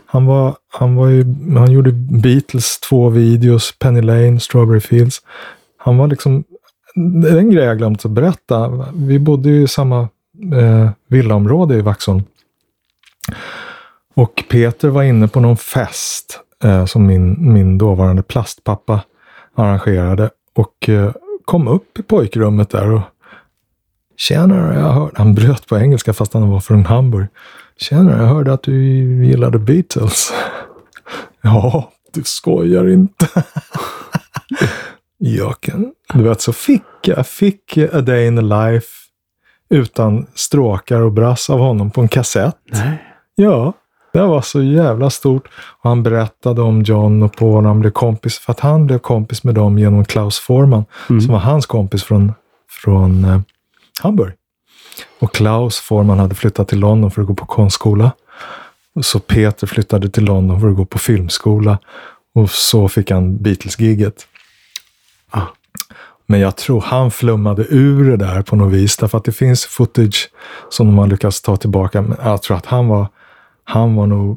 S1: han gjorde Beatles 2 videos, Penny Lane, Strawberry Fields. Han var liksom, det är en grej jag glömt att berätta. Vi bodde i samma villaområde i Vaxholm. Och Peter var inne på någon fest som min dåvarande plastpappa arrangerade, och kom upp i pojkrummet där och tjänare, jag hörde, han bröt på engelska fast han var från Hamburg. Tjänare, jag hörde att du gillade Beatles. Ja, du skojar inte. Du vet, så jag fick A Day in the Life utan stråkar och brass av honom på en kassett. Nej. Ja, det var så jävla stort. Och han berättade om John och Paul, han blev kompis, för att han blev kompis med dem genom Klaus Forman, som var hans kompis från Hamburg. Och Klaus Forman hade flyttat till London för att gå på konstskola. Och så Peter flyttade till London för att gå på filmskola. Och så fick han Beatles-gigget. Men jag tror han flummade ur det där på något vis. Därför att det finns footage som de har lyckats ta tillbaka. Men jag tror att han var nog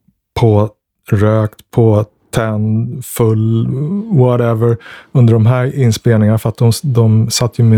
S1: tänd, full, whatever, under de här inspelningarna. För att de satt ju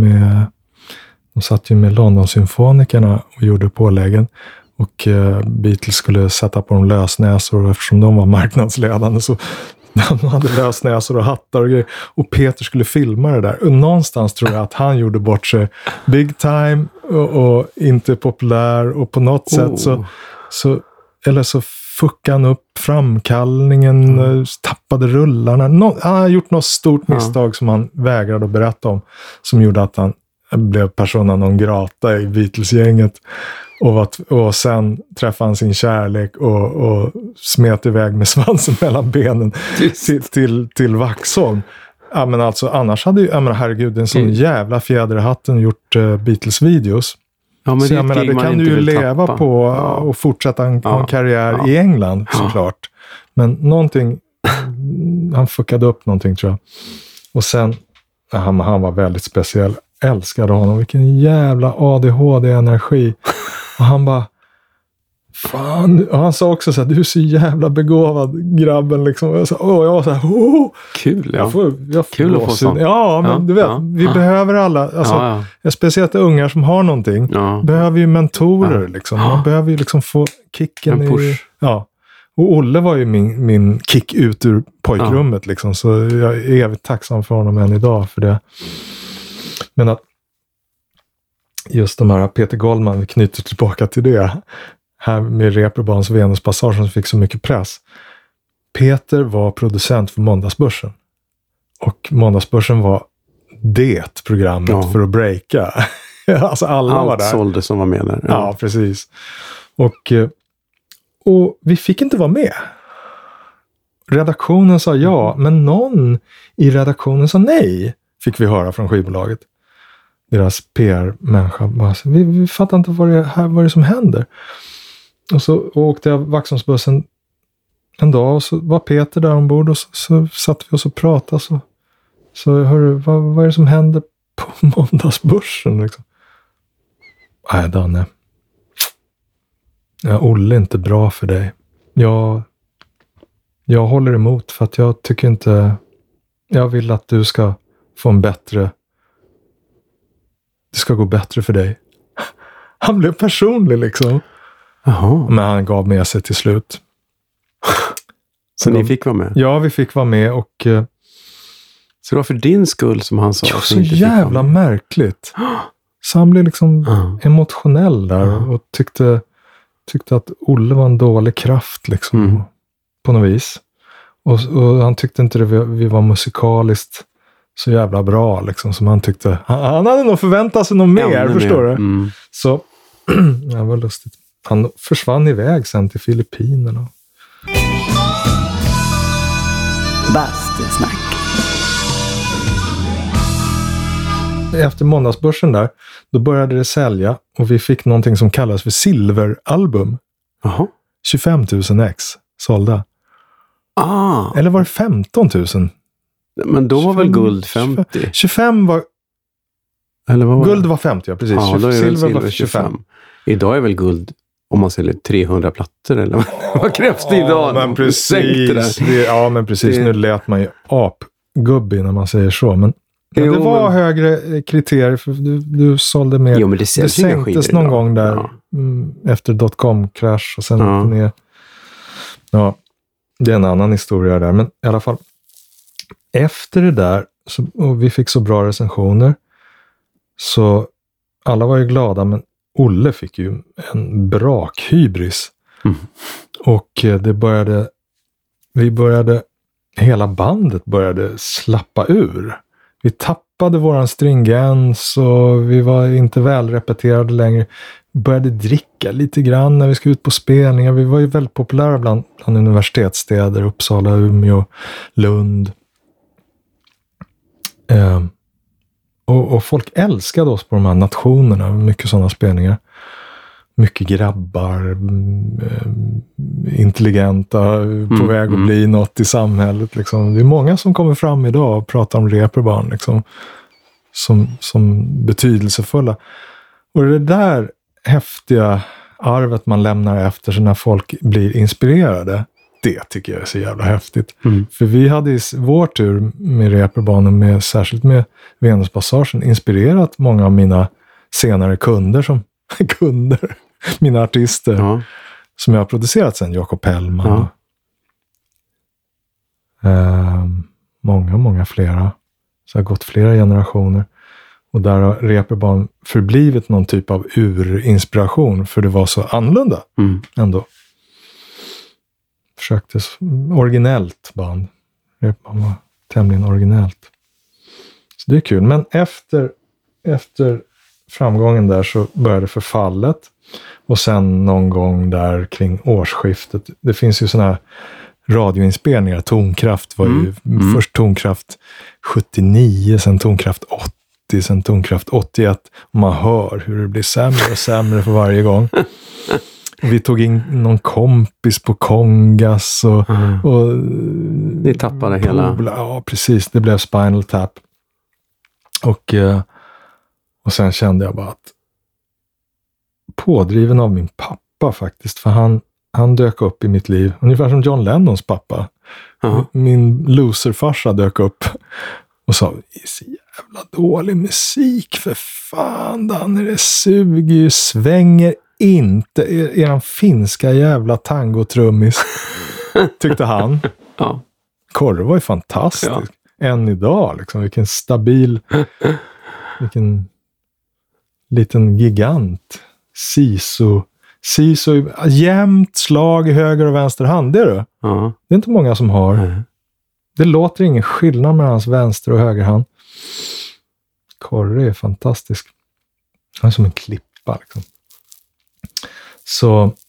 S1: med London-symfonikerna och gjorde påläggen. Och Beatles skulle sätta på dem lösnäsor, och eftersom de var marknadsledande så de hade lösnäsor och hattar och grejer. Och Peter skulle filma det där. Och någonstans tror jag att han gjorde bort sig big time och inte populär. Och på något sätt så fuckade han upp framkallningen, tappade rullarna. Han har gjort något stort misstag som han vägrade att berätta om. Som gjorde att han blev persona non grata i Beatles-gänget. Och sen träffade han sin kärlek och smet iväg med svansen mellan benen till Vaxholm. Ja, men alltså, annars hade ju, herregud, en sån jävla fjäder i hatten gjort Beatles-videos. Ja, men så jag menar, det kan du ju leva på och fortsätta en karriär i England, såklart. Men någonting, han fuckade upp någonting, tror jag. Och sen, han var väldigt speciell. Älskade honom, vilken jävla ADHD-energi. Och han bara, fan, och han sa också så här, du är så jävla begåvad, grabben, liksom. Och jag var så här,
S3: kul, ja.
S1: Jag får
S3: kul att få sånt.
S1: Ja, men du vet, vi behöver alla, alltså, speciellt ungar som har någonting, behöver ju mentorer, liksom. Man behöver ju liksom få kicken i... Ja. Och Olle var ju min kick ut ur pojkrummet, liksom. Så jag är evigt tacksam för honom än idag för det. Men att just de här Peter Goldman, vi knyter tillbaka till det här med Reeperbaans Venuspassage som fick så mycket press. Peter var producent för Måndagsbörsen. Och Måndagsbörsen var det programmet för att breaka. Alltså alla var där.
S3: Allt sålde som var med där.
S1: Ja, precis. Och vi fick inte vara med. Redaktionen sa ja, men någon i redaktionen sa nej. Fick vi höra från skivbolaget. Deras PR-människa bara, vi fattar inte vad det är som händer. Och så åkte jag Vaxholmsbussen en dag och så var Peter där ombord och så satt vi oss och pratade. Så hörru, vad är det som händer på Måndagsbörsen? Liksom? Nej, Danne. Ja, Olle är inte bra för dig. Jag håller emot för att jag tycker inte... Jag vill att du ska få en bättre... Det ska gå bättre för dig. Han blev personlig, liksom.
S3: Jaha.
S1: Men han gav med sig till slut.
S3: Så ni fick vara med?
S1: Ja, vi fick vara med och...
S3: Så det var för din skull som han sa?
S1: Ja, så jävla märkligt. Så han blev liksom emotionell där och tyckte att Olle var en dålig kraft, liksom. På något vis. Och han tyckte inte vi var musikaliskt så jävla bra, liksom, som han tyckte. Han hade nog förväntat sig något mer, förstår du? Så, det var lustigt. Han försvann iväg sen till Filippinerna.
S2: Bastusnack.
S1: Efter Måndagsbörsen där, då började det sälja och vi fick någonting som kallas för silveralbum. 25 000 ex sålda. Eller var det 15 000?
S3: Men då var väl guld 50?
S1: 25 var...
S3: Eller vad var
S1: guld var 50, ja, precis.
S3: Ja, då är
S1: silver var 25.
S3: Idag är väl guld, om man säljer 300 plattor, eller vad krävs det idag?
S1: Men precis. Men precis. Nu lät man ju apgubbi när man säger så. Men det var högre kriterier, för du sålde mer.
S3: Jo, men det
S1: sänktes någon gång där efter dotcom-krasch och sen ner. Ja, det är en annan historia där. Men i alla fall, efter det där, och vi fick så bra recensioner, så alla var ju glada, men Olle fick ju en brakhybris. Och hela bandet började slappa ur. Vi tappade våran stringens och vi var inte välrepeterade längre. Vi började dricka lite grann när vi skulle ut på spelningar. Vi var ju väldigt populära bland universitetsstäder, Uppsala, Umeå, Lund. Och folk älskade oss på de här nationerna. Mycket sådana spelningar. Mycket grabbar. Intelligenta. På väg att bli något i samhället. Liksom. Det är många som kommer fram idag och pratar om Reeperbahn. Liksom, som betydelsefulla. Och det där häftiga arvet man lämnar efter sig när folk blir inspirerade. Det tycker jag är så jävla häftigt. För vi hade i vår tur med Reeperbahn, särskilt med Venuspassagen, inspirerat många av mina senare kunder, mina artister som jag har producerat sen, Jakob Hellman. Många flera. Så det har gått flera generationer. Och där har Reeperbahn förblivit någon typ av urinspiration, för det var så annorlunda ändå. Försökte originellt band. Reeperbahn var tämligen originellt. Så det är kul. Men efter efter framgången där så började förfallet. Och sen någon gång där kring årsskiftet. Det finns ju sådana här radioinspelningar. Tonkraft var ju först Tonkraft 79, sen Tonkraft 80, sen Tonkraft 81. Och man hör hur det blir sämre och sämre för varje gång. Och vi tog in någon kompis på Kongas och
S3: ni tappade hela...
S1: Ja, precis. Det blev Spinal Tap. Och sen kände jag bara att pådriven av min pappa faktiskt. För han dök upp i mitt liv. Ungefär som John Lennons pappa. Min loserfarsa dök upp. Och sa, det är så jävla dålig musik för fan. Danne, det suger ju, svänger inte. Eran finska jävla tangotrummis. Tyckte han.
S3: Ja.
S1: Korre var ju fantastisk. Ja. Än idag liksom. Vilken stabil... Vilken liten gigant. Sisu, jämnt slag i höger och vänster hand, det är det.
S3: Ja.
S1: Det är inte många som har. Mm. Det låter ingen skillnad mellan hans vänster och höger hand. Korre är fantastisk. Han är som en klippa liksom. Så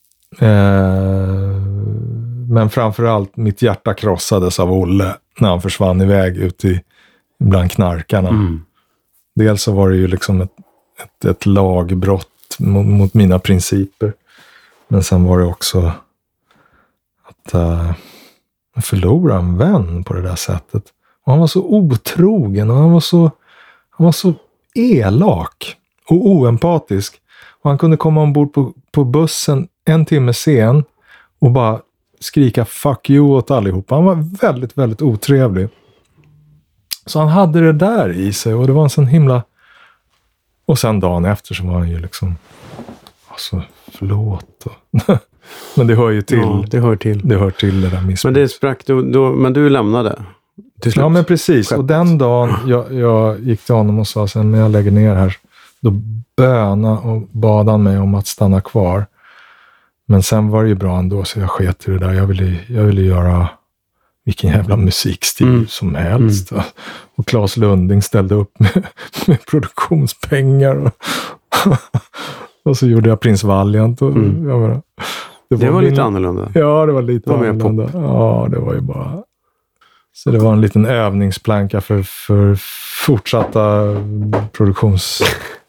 S1: men framförallt mitt hjärta krossades av Olle när han försvann iväg ut bland knarkarna. Mm. Dels så var det ju liksom ett lagbrott mot mina principer. Men sen var det också att förlora en vän på det där sättet. Och han var så otrogen och han var så elak och oempatisk. Och han kunde komma ombord på bussen en timme sen och bara skrika fuck you åt allihopa. Han var väldigt, väldigt otrevlig. Så han hade det där i sig och det var en sån himla... Och sen dagen efter så var han ju liksom... Alltså, förlåt. Men det hör ju till. Ja,
S3: det hör till.
S1: Det hör till det där missbruket.
S3: Men det sprack men du lämnade till slut.
S1: Ja, men precis. Skeppet. Och den dagen jag gick till honom och sa sen, men jag lägger ner här. Då böna och bad han mig om att stanna kvar. Men sen var det ju bra ändå så jag sket i det där. Jag ville göra vilken jävla musikstil som helst. Och Claes Lunding ställde upp med produktionspengar. Och så gjorde jag Prins Valiant. Och, jag menar,
S3: det var lite annorlunda.
S1: Ja, det var lite annorlunda. Ja, det var ju bara... Så det var en liten övningsplanka för fortsatta produktions...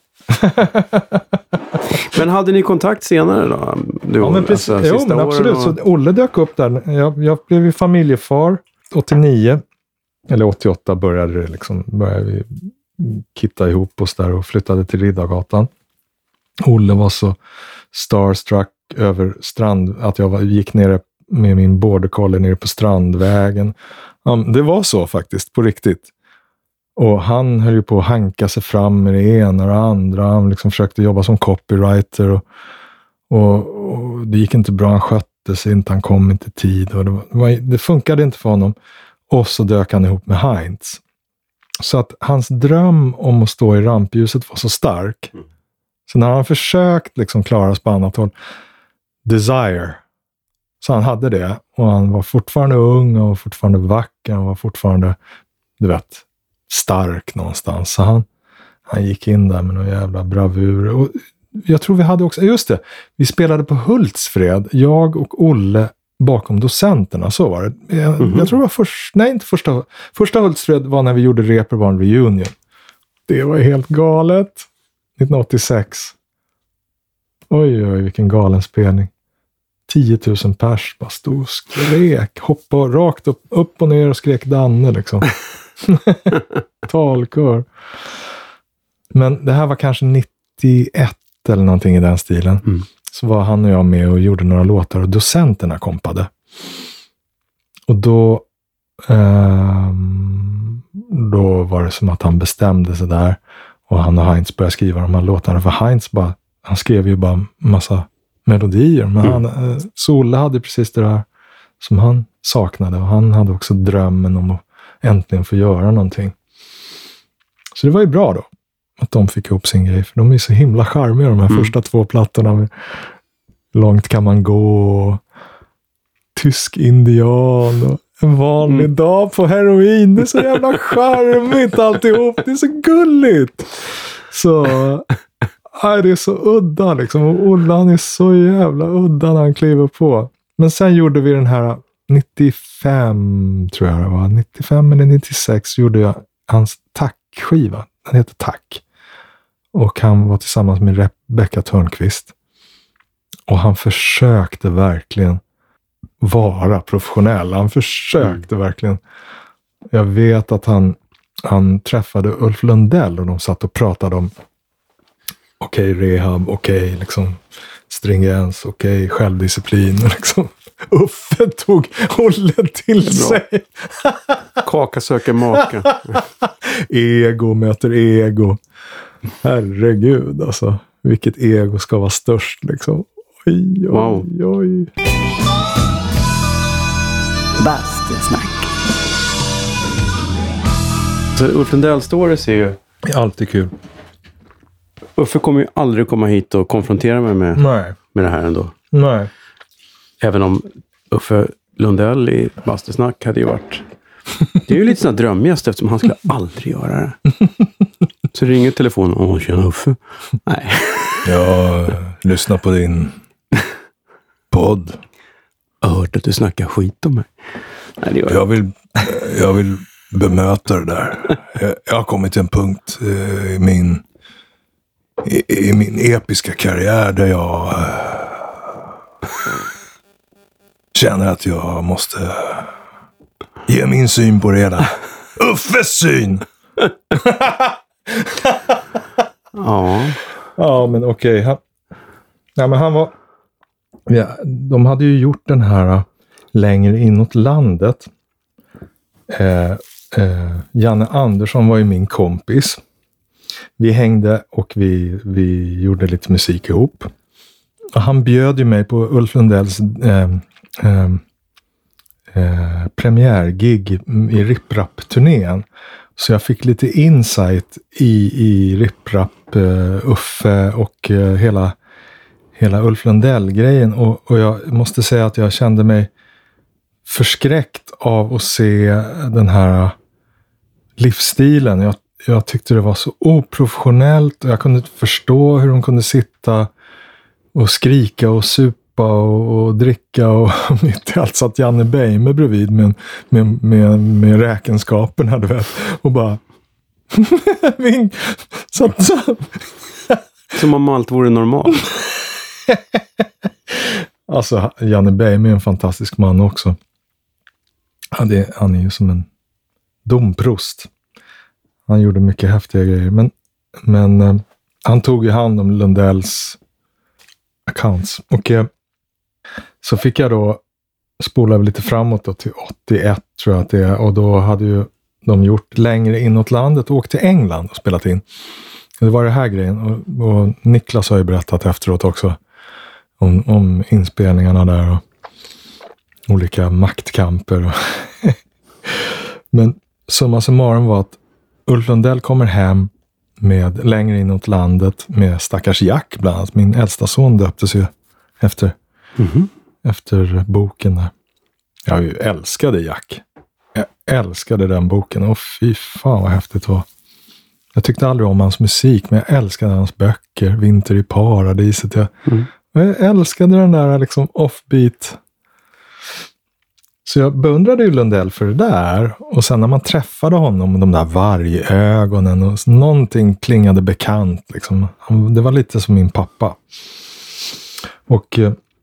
S3: Men hade ni kontakt senare då?
S1: Ja, men precis. Alltså, jo, men absolut. Och... Så Olle dök upp där. Jag blev ju familjefar 89. Eller 88 började vi kitta ihop oss där och flyttade till Riddargatan. Olle var så starstruck över att jag gick nere med min border collie nere på Strandvägen. Det var så faktiskt, på riktigt. Och han höll ju på att hanka sig fram med det ena och det andra. Han liksom försökte jobba som copywriter. Och det gick inte bra. Han skötte sig inte. Han kom inte i tid. Och det funkade inte för honom. Och så dök han ihop med Heinz. Så att hans dröm om att stå i rampljuset var så stark. Så när han försökt liksom klara sig på annat håll. Desire. Så han hade det. Och han var fortfarande ung och fortfarande vacker. Han var fortfarande, du vet... stark någonstans. Så han gick in där med någon jävla bravur. Och jag tror vi hade också, just det, vi spelade på Hultsfred, jag och Olle bakom docenterna, så var det. Jag tror det var första Hultsfred var när vi gjorde Reeperbahn Reunion. Det var helt galet. 1986. Oj, vilken galen spelning. 10 000 pers bara stod och skrek, hoppade rakt upp och ner och skrek Danne liksom. Talkör. Men det här var kanske 91 eller någonting i den stilen. Så var han och jag med och gjorde några låtar och docenterna kompade. Och då var det som att han bestämde sig där och han och Heinz började skriva de här låtarna, för Heinz han skrev ju bara massa melodier, men Solle hade precis det där som han saknade, och han hade också drömmen om att äntligen få göra någonting. Så det var ju bra då att de fick ihop sin grej, för de är så himla charmiga, de här första 2 plattorna med Långt kan man gå och Tysk indian och En vanlig dag på heroin. Det är så jävla charmigt alltihop. Det är så gulligt. Så det är så udda liksom. Och Olle, han är så jävla udda när han kliver på. Men sen gjorde vi den här 95, tror jag det var. 95 eller 96 gjorde jag hans tackskiva. Den heter Tack. Och han var tillsammans med Rebecca Törnqvist. Och han försökte verkligen vara professionell. Han försökte verkligen. Jag vet att han träffade Ulf Lundell och de satt och pratade om rehab, liksom stringens, självdisciplin. Liksom. Uffe tog Olle till sig.
S3: Kaka söker maka.
S1: Ego möter ego. Herregud, alltså. Vilket ego ska vara störst, liksom. Oj.
S2: Bastusnack.
S3: Så Ulf Lundell stories är ju
S1: alltid kul.
S3: Uffe kommer ju aldrig komma hit och konfrontera mig med det här ändå.
S1: Nej.
S3: Även om Uffe Lundell i Bastusnack hade ju varit... Det är ju lite sån drömgäst eftersom han skulle aldrig göra det. Så ringer telefonen. Tjena Uffe. Nej.
S1: Jag lyssnar på din podd.
S3: Jag har hört att du snackar skit om mig. Nej, det
S1: jag vill bemöta det där. Jag har kommit till en punkt i min episka karriär där jag känner att jag måste ge min syn på det hela. Uffes syn! Ja, men okej. Han var... Ja, de hade ju gjort den här längre inåt landet. Janne Andersson var ju min kompis. Vi hängde och vi gjorde lite musik ihop. Och han bjöd ju mig på Ulf Lundells premiärgig i Rip-Rap-turnén. Så jag fick lite insight i Rip-Rap, Uffe och hela Ulf Lundell-grejen. Och jag måste säga att jag kände mig förskräckt av att se den här livsstilen. Jag tyckte det var så oprofessionellt och jag kunde inte förstå hur de kunde sitta och skrika och supa och dricka och mitt i allt satt Janne Beime bredvid med räkenskaperna, du vet, och bara så.
S3: Som om allt vore normalt.
S1: Alltså Janne Beime är en fantastisk man också. Han är ju som en domprost. Han gjorde mycket häftiga grejer. Men han tog ju hand om Lundells accounts. Och så fick jag då spola lite framåt då, till 81 tror jag att det är. Och då hade ju de gjort längre inåt landet och åkt till England och spelat in. Det var det här grejen. Och Niklas har ju berättat efteråt också om inspelningarna där och olika maktkamper. Men summa summarum var att Ulf Lundell kommer hem med längre inåt landet med stackars Jack bland annat. Min äldsta son döptes ju efter boken där. Jag ju älskade Jack. Jag älskade den boken. Och fy fan vad häftigt det var. Jag tyckte aldrig om hans musik, men jag älskade hans böcker. Vinter i paradiset. Jag älskade den där liksom offbeat. Så jag beundrade ju Lundell för det där. Och sen när man träffade honom, de där vargögonen och någonting klingade bekant. Liksom. Det var lite som min pappa. Och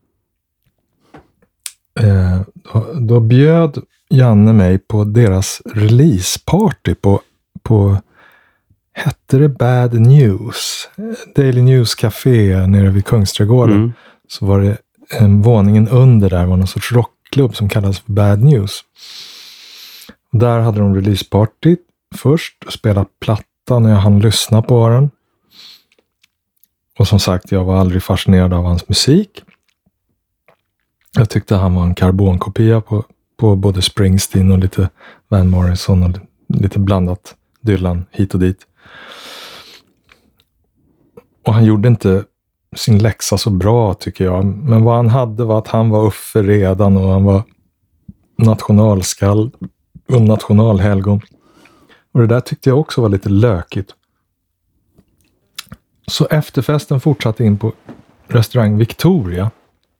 S1: då bjöd Janne mig på deras releaseparty på hette det Bad News? Daily News Café nere vid Kungsträdgården. Så var det våningen under där var någon sorts rockklubb som kallades för Bad News. Och där hade de releaseparty först och spelat plattan när jag hann lyssna på den. Och som sagt, jag var aldrig fascinerad av hans musik. Jag tyckte han var en karbonkopia på både Springsteen och lite Van Morrison och lite blandat Dylan hit och dit. Och han gjorde inte sin läxa så bra tycker jag. Men vad han hade var att han var Uffe redan och han var nationalskall och nationalhelgon. Och det där tyckte jag också var lite lökigt. Så efterfesten fortsatte in på restaurang Victoria.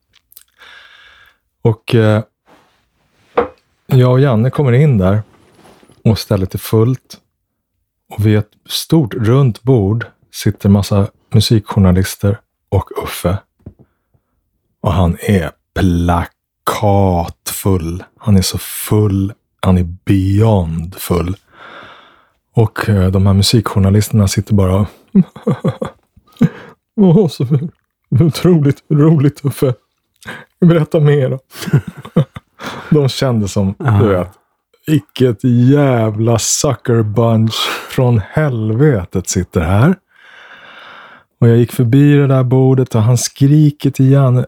S1: Och jag och Janne kommer in där och stället är fullt. Och vid ett stort runt bord sitter massa musikjournalister och Uffe. Och han är plakatfull. Han är så full. Han är beyond full. Och de här musikjournalisterna sitter bara så otroligt roligt Uffe. Berätta mer då. De kände som, du vet, vilket jävla sucker bunch från helvetet sitter här. Och jag gick förbi det där bordet och han skriker till Janne.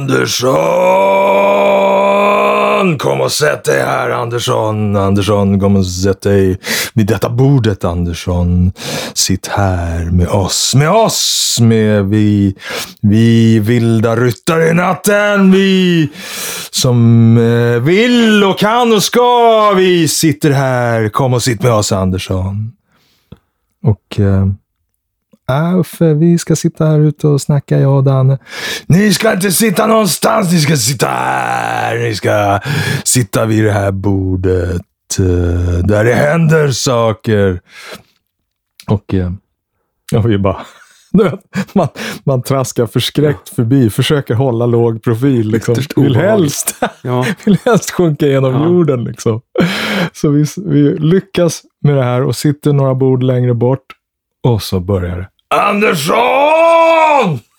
S1: Andersson! Kom och sätt dig här, Andersson. Andersson, kom och sätt dig vid detta bordet, Andersson. Sitt här med oss. Med vi vilda ryttare i natten. Vi som vill och kan och ska. Vi sitter här. Kom och sitt med oss, Andersson. Och... Uffe, vi ska sitta här ute och snacka, jag och Danne. Ni ska inte sitta någonstans, ni ska sitta här. Ni ska sitta vid det här bordet där det händer saker. Och vi bara... Man traskar förskräckt förbi, försöker hålla låg profil. Liksom. Vill helst sjunka genom jorden. Liksom. Så vi lyckas med det här och sitter några bord längre bort. Och så börjar det. Andersson!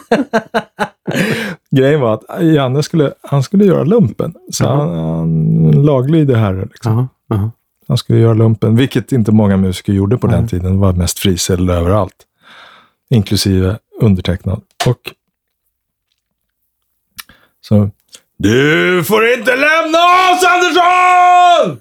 S1: Grejen var att Janne skulle göra lumpen. Så han laglyder här. Liksom. Han skulle göra lumpen. Vilket inte många musiker gjorde på den tiden. Det var mest frisedel överallt. Inklusive undertecknad. Och så. Du får inte lämna oss, Andersson!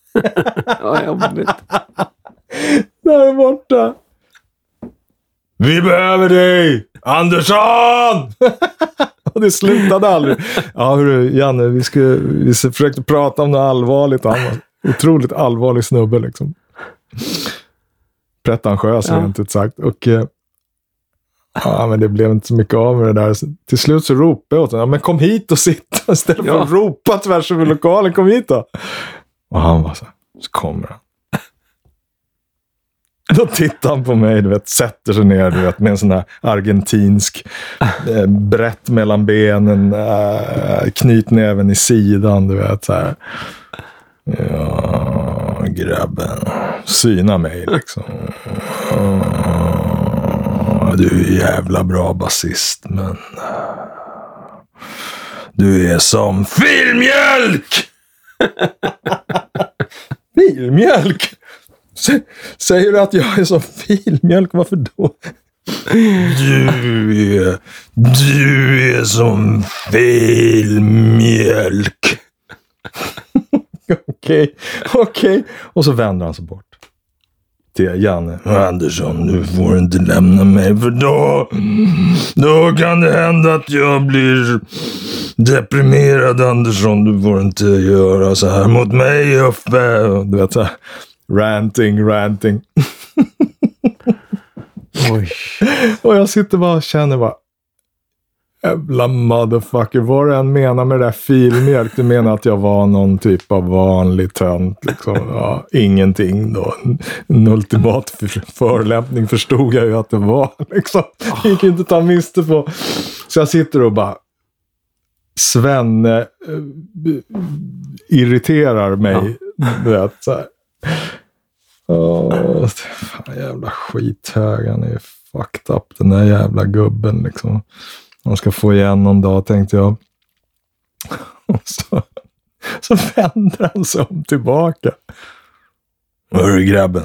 S1: Där borta. Vi behöver dig, Andersson! Och det slutade aldrig. Ja, hörru, Janne, vi försökte prata om något allvarligt. Han var otroligt allvarlig snubbe, liksom. Pretentiös, rent ut sagt. Och men det blev inte så mycket av med det där. Så, till slut så ropade jag åt honom. Men kom hit och sitta. Istället för att ropa tvärs över lokalen. Kom hit då. Och han var så kommer han. Då tittar han på mig, du vet, sätter sig ner, du vet, med en sån här argentinsk brett mellan benen, knytnäven i sidan, du vet, så här. Ja, grabben, syna mig, liksom. Du är jävla bra basist, men du är som filmjölk! Filmjölk? Säger du att jag är som filmjölk? Varför då? Du är som filmjölk. Okej. Och så vänder han sig bort till Janne. Andersson, du får inte lämna mig, för då kan det hända att jag blir deprimerad, Andersson. Du får inte göra så här mot mig, Uffe. Du vet så här. Ranting. Oj. Och jag sitter bara och känner bara, jävla motherfucker, vad du än menar med det där filmjölk, du menar att jag var någon typ av vanlig tönt, liksom. Ja, ingenting då. En ultimat förolämpning förstod jag ju att det var, liksom. Jag gick inte ta miste på. Så jag sitter och bara, Svenne irriterar mig, du vet, så här. Fan, jävla skithög, han är fucked up, den där jävla gubben, liksom. Han ska få igen någon dag, tänkte jag. Och så vänder han sig om tillbaka. Hörru, grabben.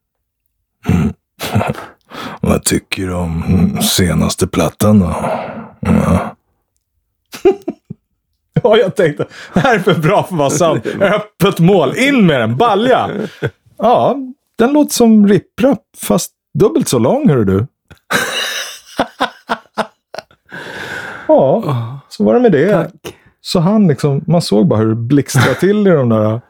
S1: Vad tycker du om senaste plattan då? Ja. Ja, jag tänkte, det här är för bra för att vara sant. Öppet mål, in med den, balja. Ja, den låter som ripprap, fast dubbelt så lång, hör du. Ja, så var det med det. Tack. Så han liksom, man såg bara hur det blixtrade till i de där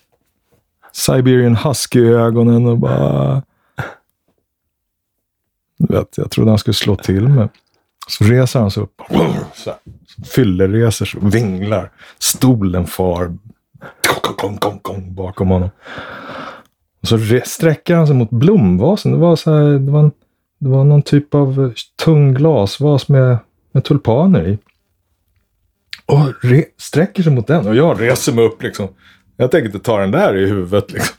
S1: Siberian Husky-ögonen och bara... Jag trodde han skulle slå till mig. Så reser han sig upp. Så här, fyllereser sig, vinglar. Stolen far bakom honom. Och så sträcker han sig mot blomvasen. Det var så här, det var någon typ av tung glasvas med tulpaner i. Och sträcker sig mot den. Och jag reser mig upp liksom. Jag tänkte inte ta den där i huvudet liksom.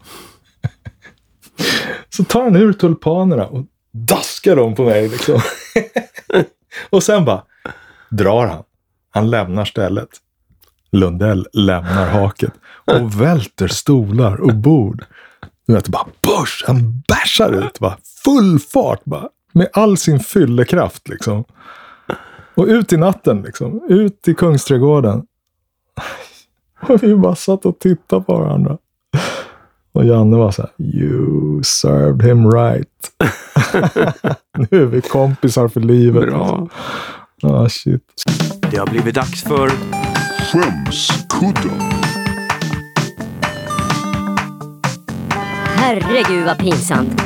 S1: Så tar han ur tulpanerna och daskar dem på mig liksom. Och sen bara drar han. Han lämnar stället. Lundell lämnar haket. Och välter stolar och bord. Du vet, bara börs. Han bärsar ut. Bara, full fart bara. Med all sin fyllekraft liksom. Och ut i natten liksom. Ut i Kungsträdgården. Och vi bara satt och tittade på varandra. Och Janne var så här: You served him right. Nu är vi kompisar för livet.
S3: Bra.
S1: Shit.
S3: Det har blivit dags för
S4: Skämskudden.
S5: Herregud vad pinsamt.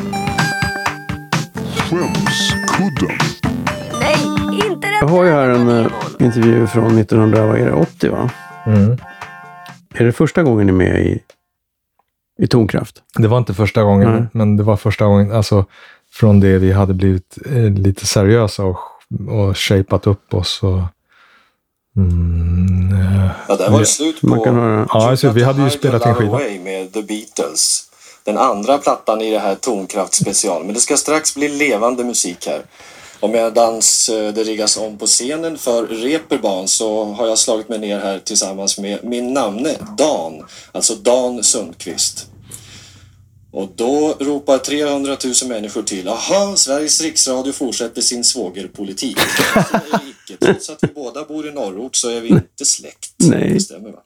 S4: Skämskudden.
S5: Nej, inte det.
S3: Jag har ju här en intervju från 1980 va?
S1: Mm.
S3: Är det första gången ni är med i Tonkraft?
S1: Det var inte första gången, men det var första gången, alltså från det vi hade blivit lite seriösa och shapat upp oss. Och,
S6: ja, det var ju slut på...
S3: Man kan höra.
S1: Ja, alltså, vi hade ju spelat en skiva.
S6: Med The Beatles. Den andra plattan i det här Tonkraft special. Men det ska strax bli levande musik här. Och medan det riggas om på scenen för Reeperbahn så har jag slagit mig ner här tillsammans med min namne Dan. Alltså Dan Sundqvist. Och då ropar 300 000 människor till: aha, Sveriges riksradio fortsätter sin svågerpolitik. Icke. Trots att vi båda bor i norrort så är vi inte släkt.
S3: Nej.
S6: Det stämmer va?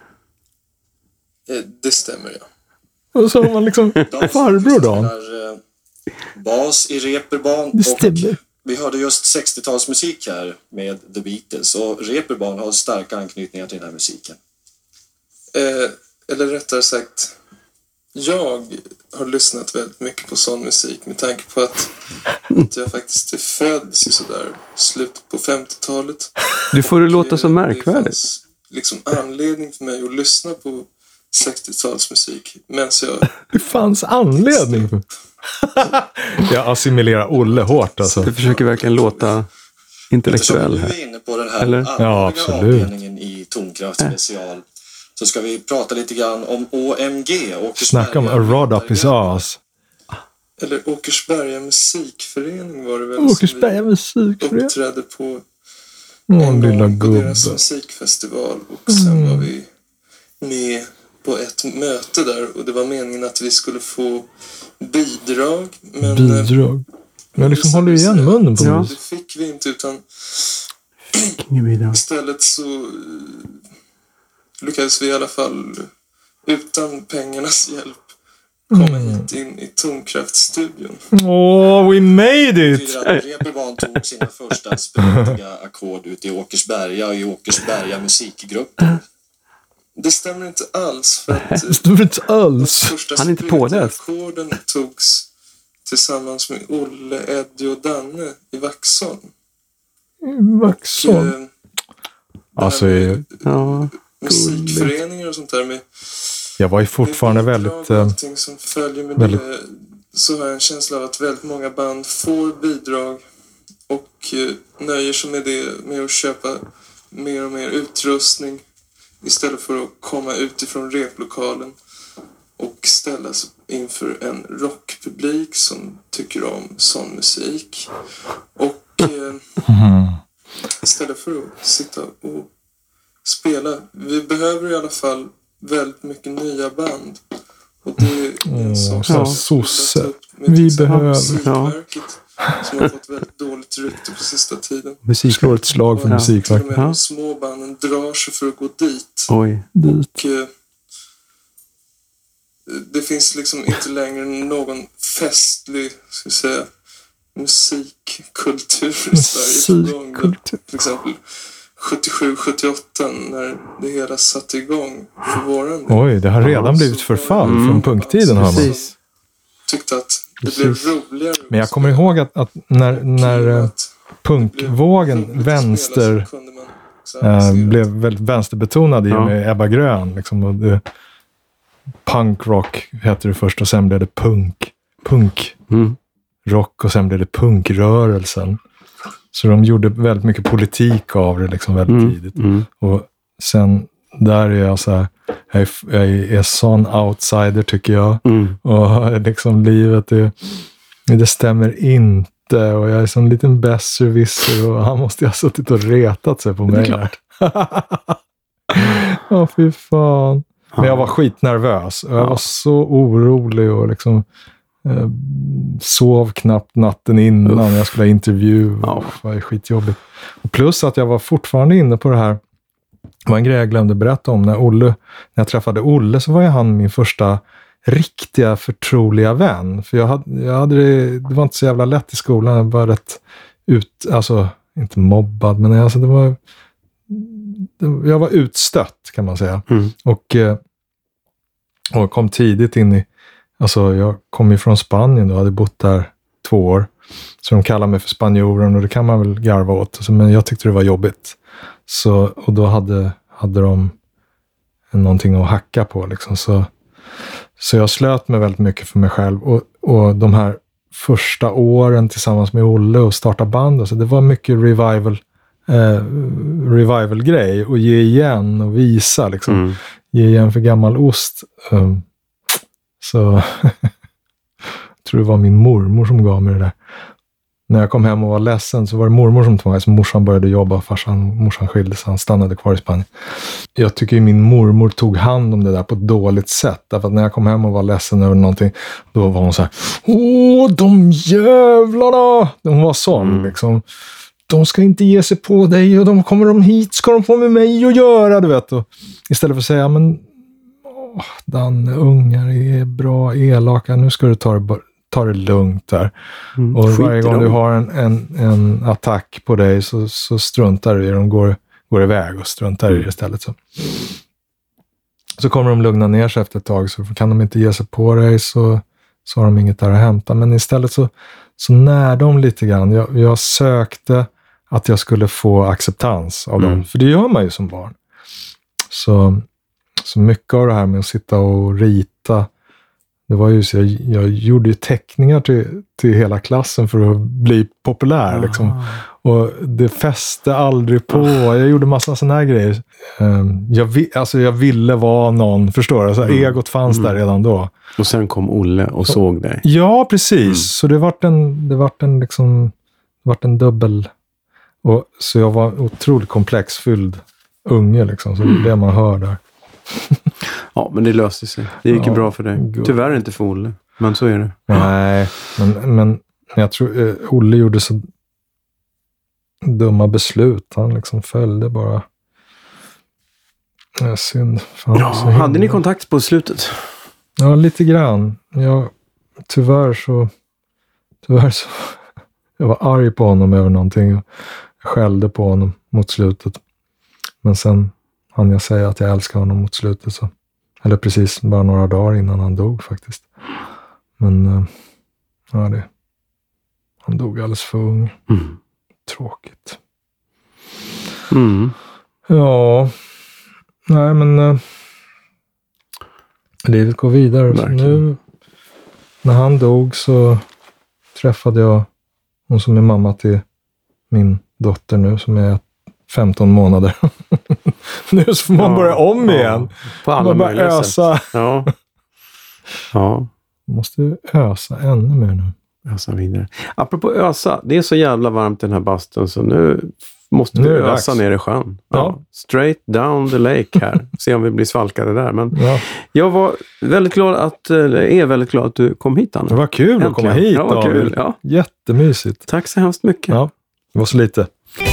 S7: Det stämmer, ja.
S1: Och så har man liksom farbror Dan.
S6: Bas i Reeperbahn.
S1: Det stämmer.
S6: Och vi hörde just 60-talsmusik här med The Beatles. Och Reeperbahn har starka anknytningar till den här musiken.
S7: Eller rättare sagt, jag har lyssnat väldigt mycket på sån musik med tanke på att jag faktiskt är född i sådär slutet på 50-talet.
S3: Du får det låta så märkvärdigt.
S7: Det fanns liksom anledning för mig att lyssna på 60-talsmusik. Men
S1: det fanns anledning. Jag assimilerar Olle hårt alltså.
S3: Du försöker verkligen låta intellektuell här.
S6: Eftersom du är inne på den här
S3: Eller?
S1: Ja, absolut.
S6: avdelningen i Tonkraft special så ska vi prata lite grann om OMG.
S1: Snacka om a rod up his ass.
S7: Eller Åkersberga musikförening var det väl.
S1: Åkersberga musikförening.
S7: Uppträdde på
S1: en lilla
S7: gång på
S1: gubbe.
S7: deras musikfestival. Och sen var vi med på ett möte där. Och det var meningen att vi skulle få bidrag. Men
S1: bidrag? Jag liksom håller igen munnen på
S7: det fick vi inte, utan istället så lyckades vi i alla fall utan pengarnas hjälp komma hit in i Tonkraftstudion.
S1: We made it!
S6: Reeperbahn tog sina första spritiga ackord ut i Åkersberga och i Åkersberga musikgrupper. Det stämmer inte alls, för att
S1: det stämmer inte alls.
S3: Han är inte påläst.
S7: Ackorden togs tillsammans med Olle, Eddie och Danne i Vaxholm.
S1: Vaxholm? Alltså,
S7: musikföreningar och sånt där med.
S1: Jag var ju fortfarande väldigt
S7: allting som följer med väldigt, det, så har jag en känsla av att väldigt många band får bidrag och nöjer sig med det, med att köpa mer och mer utrustning istället för att komma utifrån replokalen och ställas inför en rockpublik som tycker om sån musik. Och istället för att sitta och spela. Vi behöver i alla fall väldigt mycket nya band. Och det är en sak
S1: sosse. Vi behöver.
S7: Musikverket som har fått väldigt dåligt rykte på sista tiden.
S1: Musik slår ett slag för Musikverket.
S7: Till och med de små banden drar sig för att gå dit.
S1: Dit.
S7: Och det finns liksom inte längre någon festlig, ska vi säga, musikkultur i Sverige på gång. Till exempel 77-78 när det hela satte igång för våran del.
S1: Oj, det har redan blivit förfall från punktiden.
S7: Precis. Tyckte att Det blev roligare.
S1: Men jag kommer ihåg att när punkvågen blev väldigt vänsterbetonad i och med Ebba Grön. Liksom, och punkrock hette det först och sen blev det punkrock och sen blev det punkrörelsen. Så de gjorde väldigt mycket politik av det liksom väldigt tidigt. Och sen där är jag så här, jag är sån outsider tycker jag. Och liksom livet det stämmer inte. Och jag är som en liten besserwisser och han måste ju ha suttit och retat sig på mig. Det är klart. Ja, fy fan. Men jag var skitnervös. Och jag var så orolig och liksom sov knappt natten innan jag skulle ha intervju. Det var skitjobbigt. Och plus att jag var fortfarande inne på det här. Det var en grej jag glömde berätta om. När jag träffade Olle så var ju han min första riktiga förtroliga vän. För jag hade det var inte så jävla lätt i skolan. Jag var rätt alltså inte mobbad, men alltså jag var utstött kan man säga. Och kom tidigt in i, alltså jag kom ju från Spanien och hade bott där 2 år. Så de kallade mig för spanjoren och det kan man väl garva åt. Men jag tyckte det var jobbigt. Och då hade de någonting att hacka på liksom. Så jag slöt mig väldigt mycket för mig själv. Och de här första åren tillsammans med Olle och starta band. Så det var mycket revival-grej. Och ge igen och visa liksom. Ge igen för gammal ost. Så jag tror det var min mormor som gav mig det där. När jag kom hem och var ledsen så var det mormor som tog mig. Så morsan började jobba, morsan skildes, han stannade kvar i Spanien. Jag tycker ju min mormor tog hand om det där på ett dåligt sätt. Därför att när jag kom hem och var ledsen över någonting, då var hon så här: åh, de jävlarna! De var sån liksom. De ska inte ge sig på dig och kommer de hit ska de få med mig att göra, du vet. Och istället för att säga, men Danne, ungar är bra, elaka, nu ska du ta det lugnt där. Och varje gång du har en attack på dig så struntar du i det. De går iväg och struntar i det istället. Så kommer de lugna ner sig efter ett tag. Så kan de inte ge sig på dig så har de inget där att hämta. Men istället så när de lite grann. Jag sökte att jag skulle få acceptans av dem. För det gör man ju som barn. Så mycket av det här med att sitta och rita. Det var ju så jag gjorde ju teckningar till hela klassen för att bli populär liksom. Och det fäste aldrig på. Jag gjorde massa såna här grejer. Jag ville vara någon, förstår du? Så egot fanns där redan då.
S3: Och sen kom Olle och såg dig.
S1: Ja, precis. Så det vart en dubbel. Och så jag var otroligt komplexfylld unge liksom. Så det är det man hör där.
S3: Ja, men det löste sig. Det gick ju bra för dig. Tyvärr inte för Olle, men så är det.
S1: Nej, men jag tror Olle gjorde så dumma beslut. Han liksom följde bara. Synd. Fan,
S3: hade ni kontakt på slutet?
S1: Ja, lite grann. Tyvärr så jag var arg på honom över någonting. Jag skällde på honom mot slutet. Men sen hann jag säga att jag älskar honom mot slutet. Eller precis bara några dagar innan han dog faktiskt. Men han dog alldeles för ung. Tråkigt. Ja. Nej, men livet går vidare. Så nu när han dog så träffade jag hon som är mamma till min dotter nu som är 15 månader. Nu så får man börja om igen.
S3: På alla möjliga
S1: ösa.
S3: Sätt. Ja.
S1: Måste ösa ännu mer nu.
S3: Ösa vidare. Apropå ösa, det är så jävla varmt i den här bastun så nu måste vi ösa ner i sjön. Ja. Straight down the lake här. Se om vi blir svalkade där. Men jag var väldigt glad att du kom hit, Anna.
S1: Det var kul äntligen. Att komma hit.
S3: Ja, vad kul. Ja.
S1: Jättemysigt.
S3: Tack så hemskt mycket.
S1: Ja, det var så lite.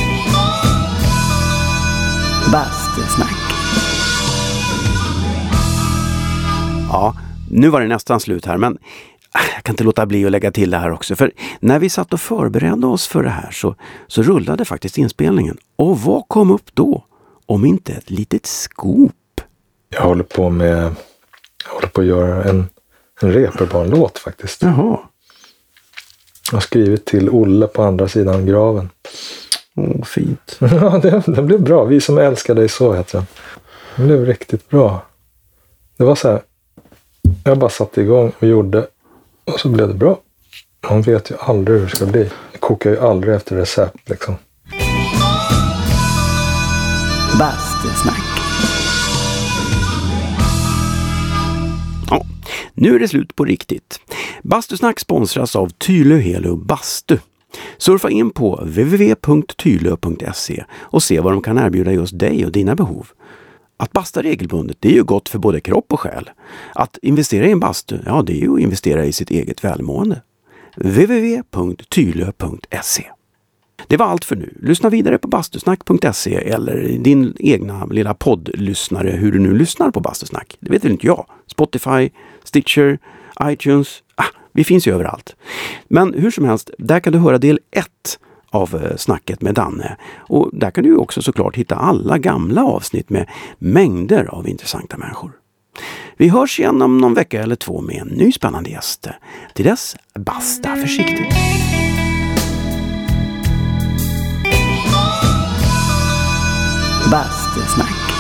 S2: Bastusnack.
S3: Ja, nu var det nästan slut här, men jag kan inte låta bli att lägga till det här också. För när vi satt och förberedde oss för det här så rullade faktiskt inspelningen. Och vad kom upp då? Om inte ett litet scoop.
S1: Jag håller på att göra en Reeperbahn-låt faktiskt.
S3: Jaha.
S1: Jag har skrivit till Olle på andra sidan graven.
S3: Fint.
S1: Ja, det blev bra. Vi som älskar dig så, heter den. Det blev riktigt bra. Det var så här. Jag bara satte igång och gjorde. Och så blev det bra. Man vet ju aldrig hur det ska bli. Det kokar ju aldrig efter recept liksom.
S2: Bastusnack.
S3: Ja, nu är det slut på riktigt. Bastusnack sponsras av Tylö Helo Bastu. Surfa in på www.tylö.se och se vad de kan erbjuda just dig och dina behov. Att basta regelbundet, det är ju gott för både kropp och själ. Att investera i en bastu, ja, det är ju att investera i sitt eget välmående. www.tylö.se. Det var allt för nu. Lyssna vidare på bastusnack.se eller din egna lilla poddlyssnare, hur du nu lyssnar på Bastusnack. Det vet väl inte jag. Spotify, Stitcher, iTunes. Vi finns ju överallt. Men hur som helst, där kan du höra del 1 av snacket med Danne. Och där kan du också såklart hitta alla gamla avsnitt med mängder av intressanta människor. Vi hörs igen om någon vecka eller 2 med en ny spännande gäst. Till dess, basta försiktigt.
S2: Bastusnack.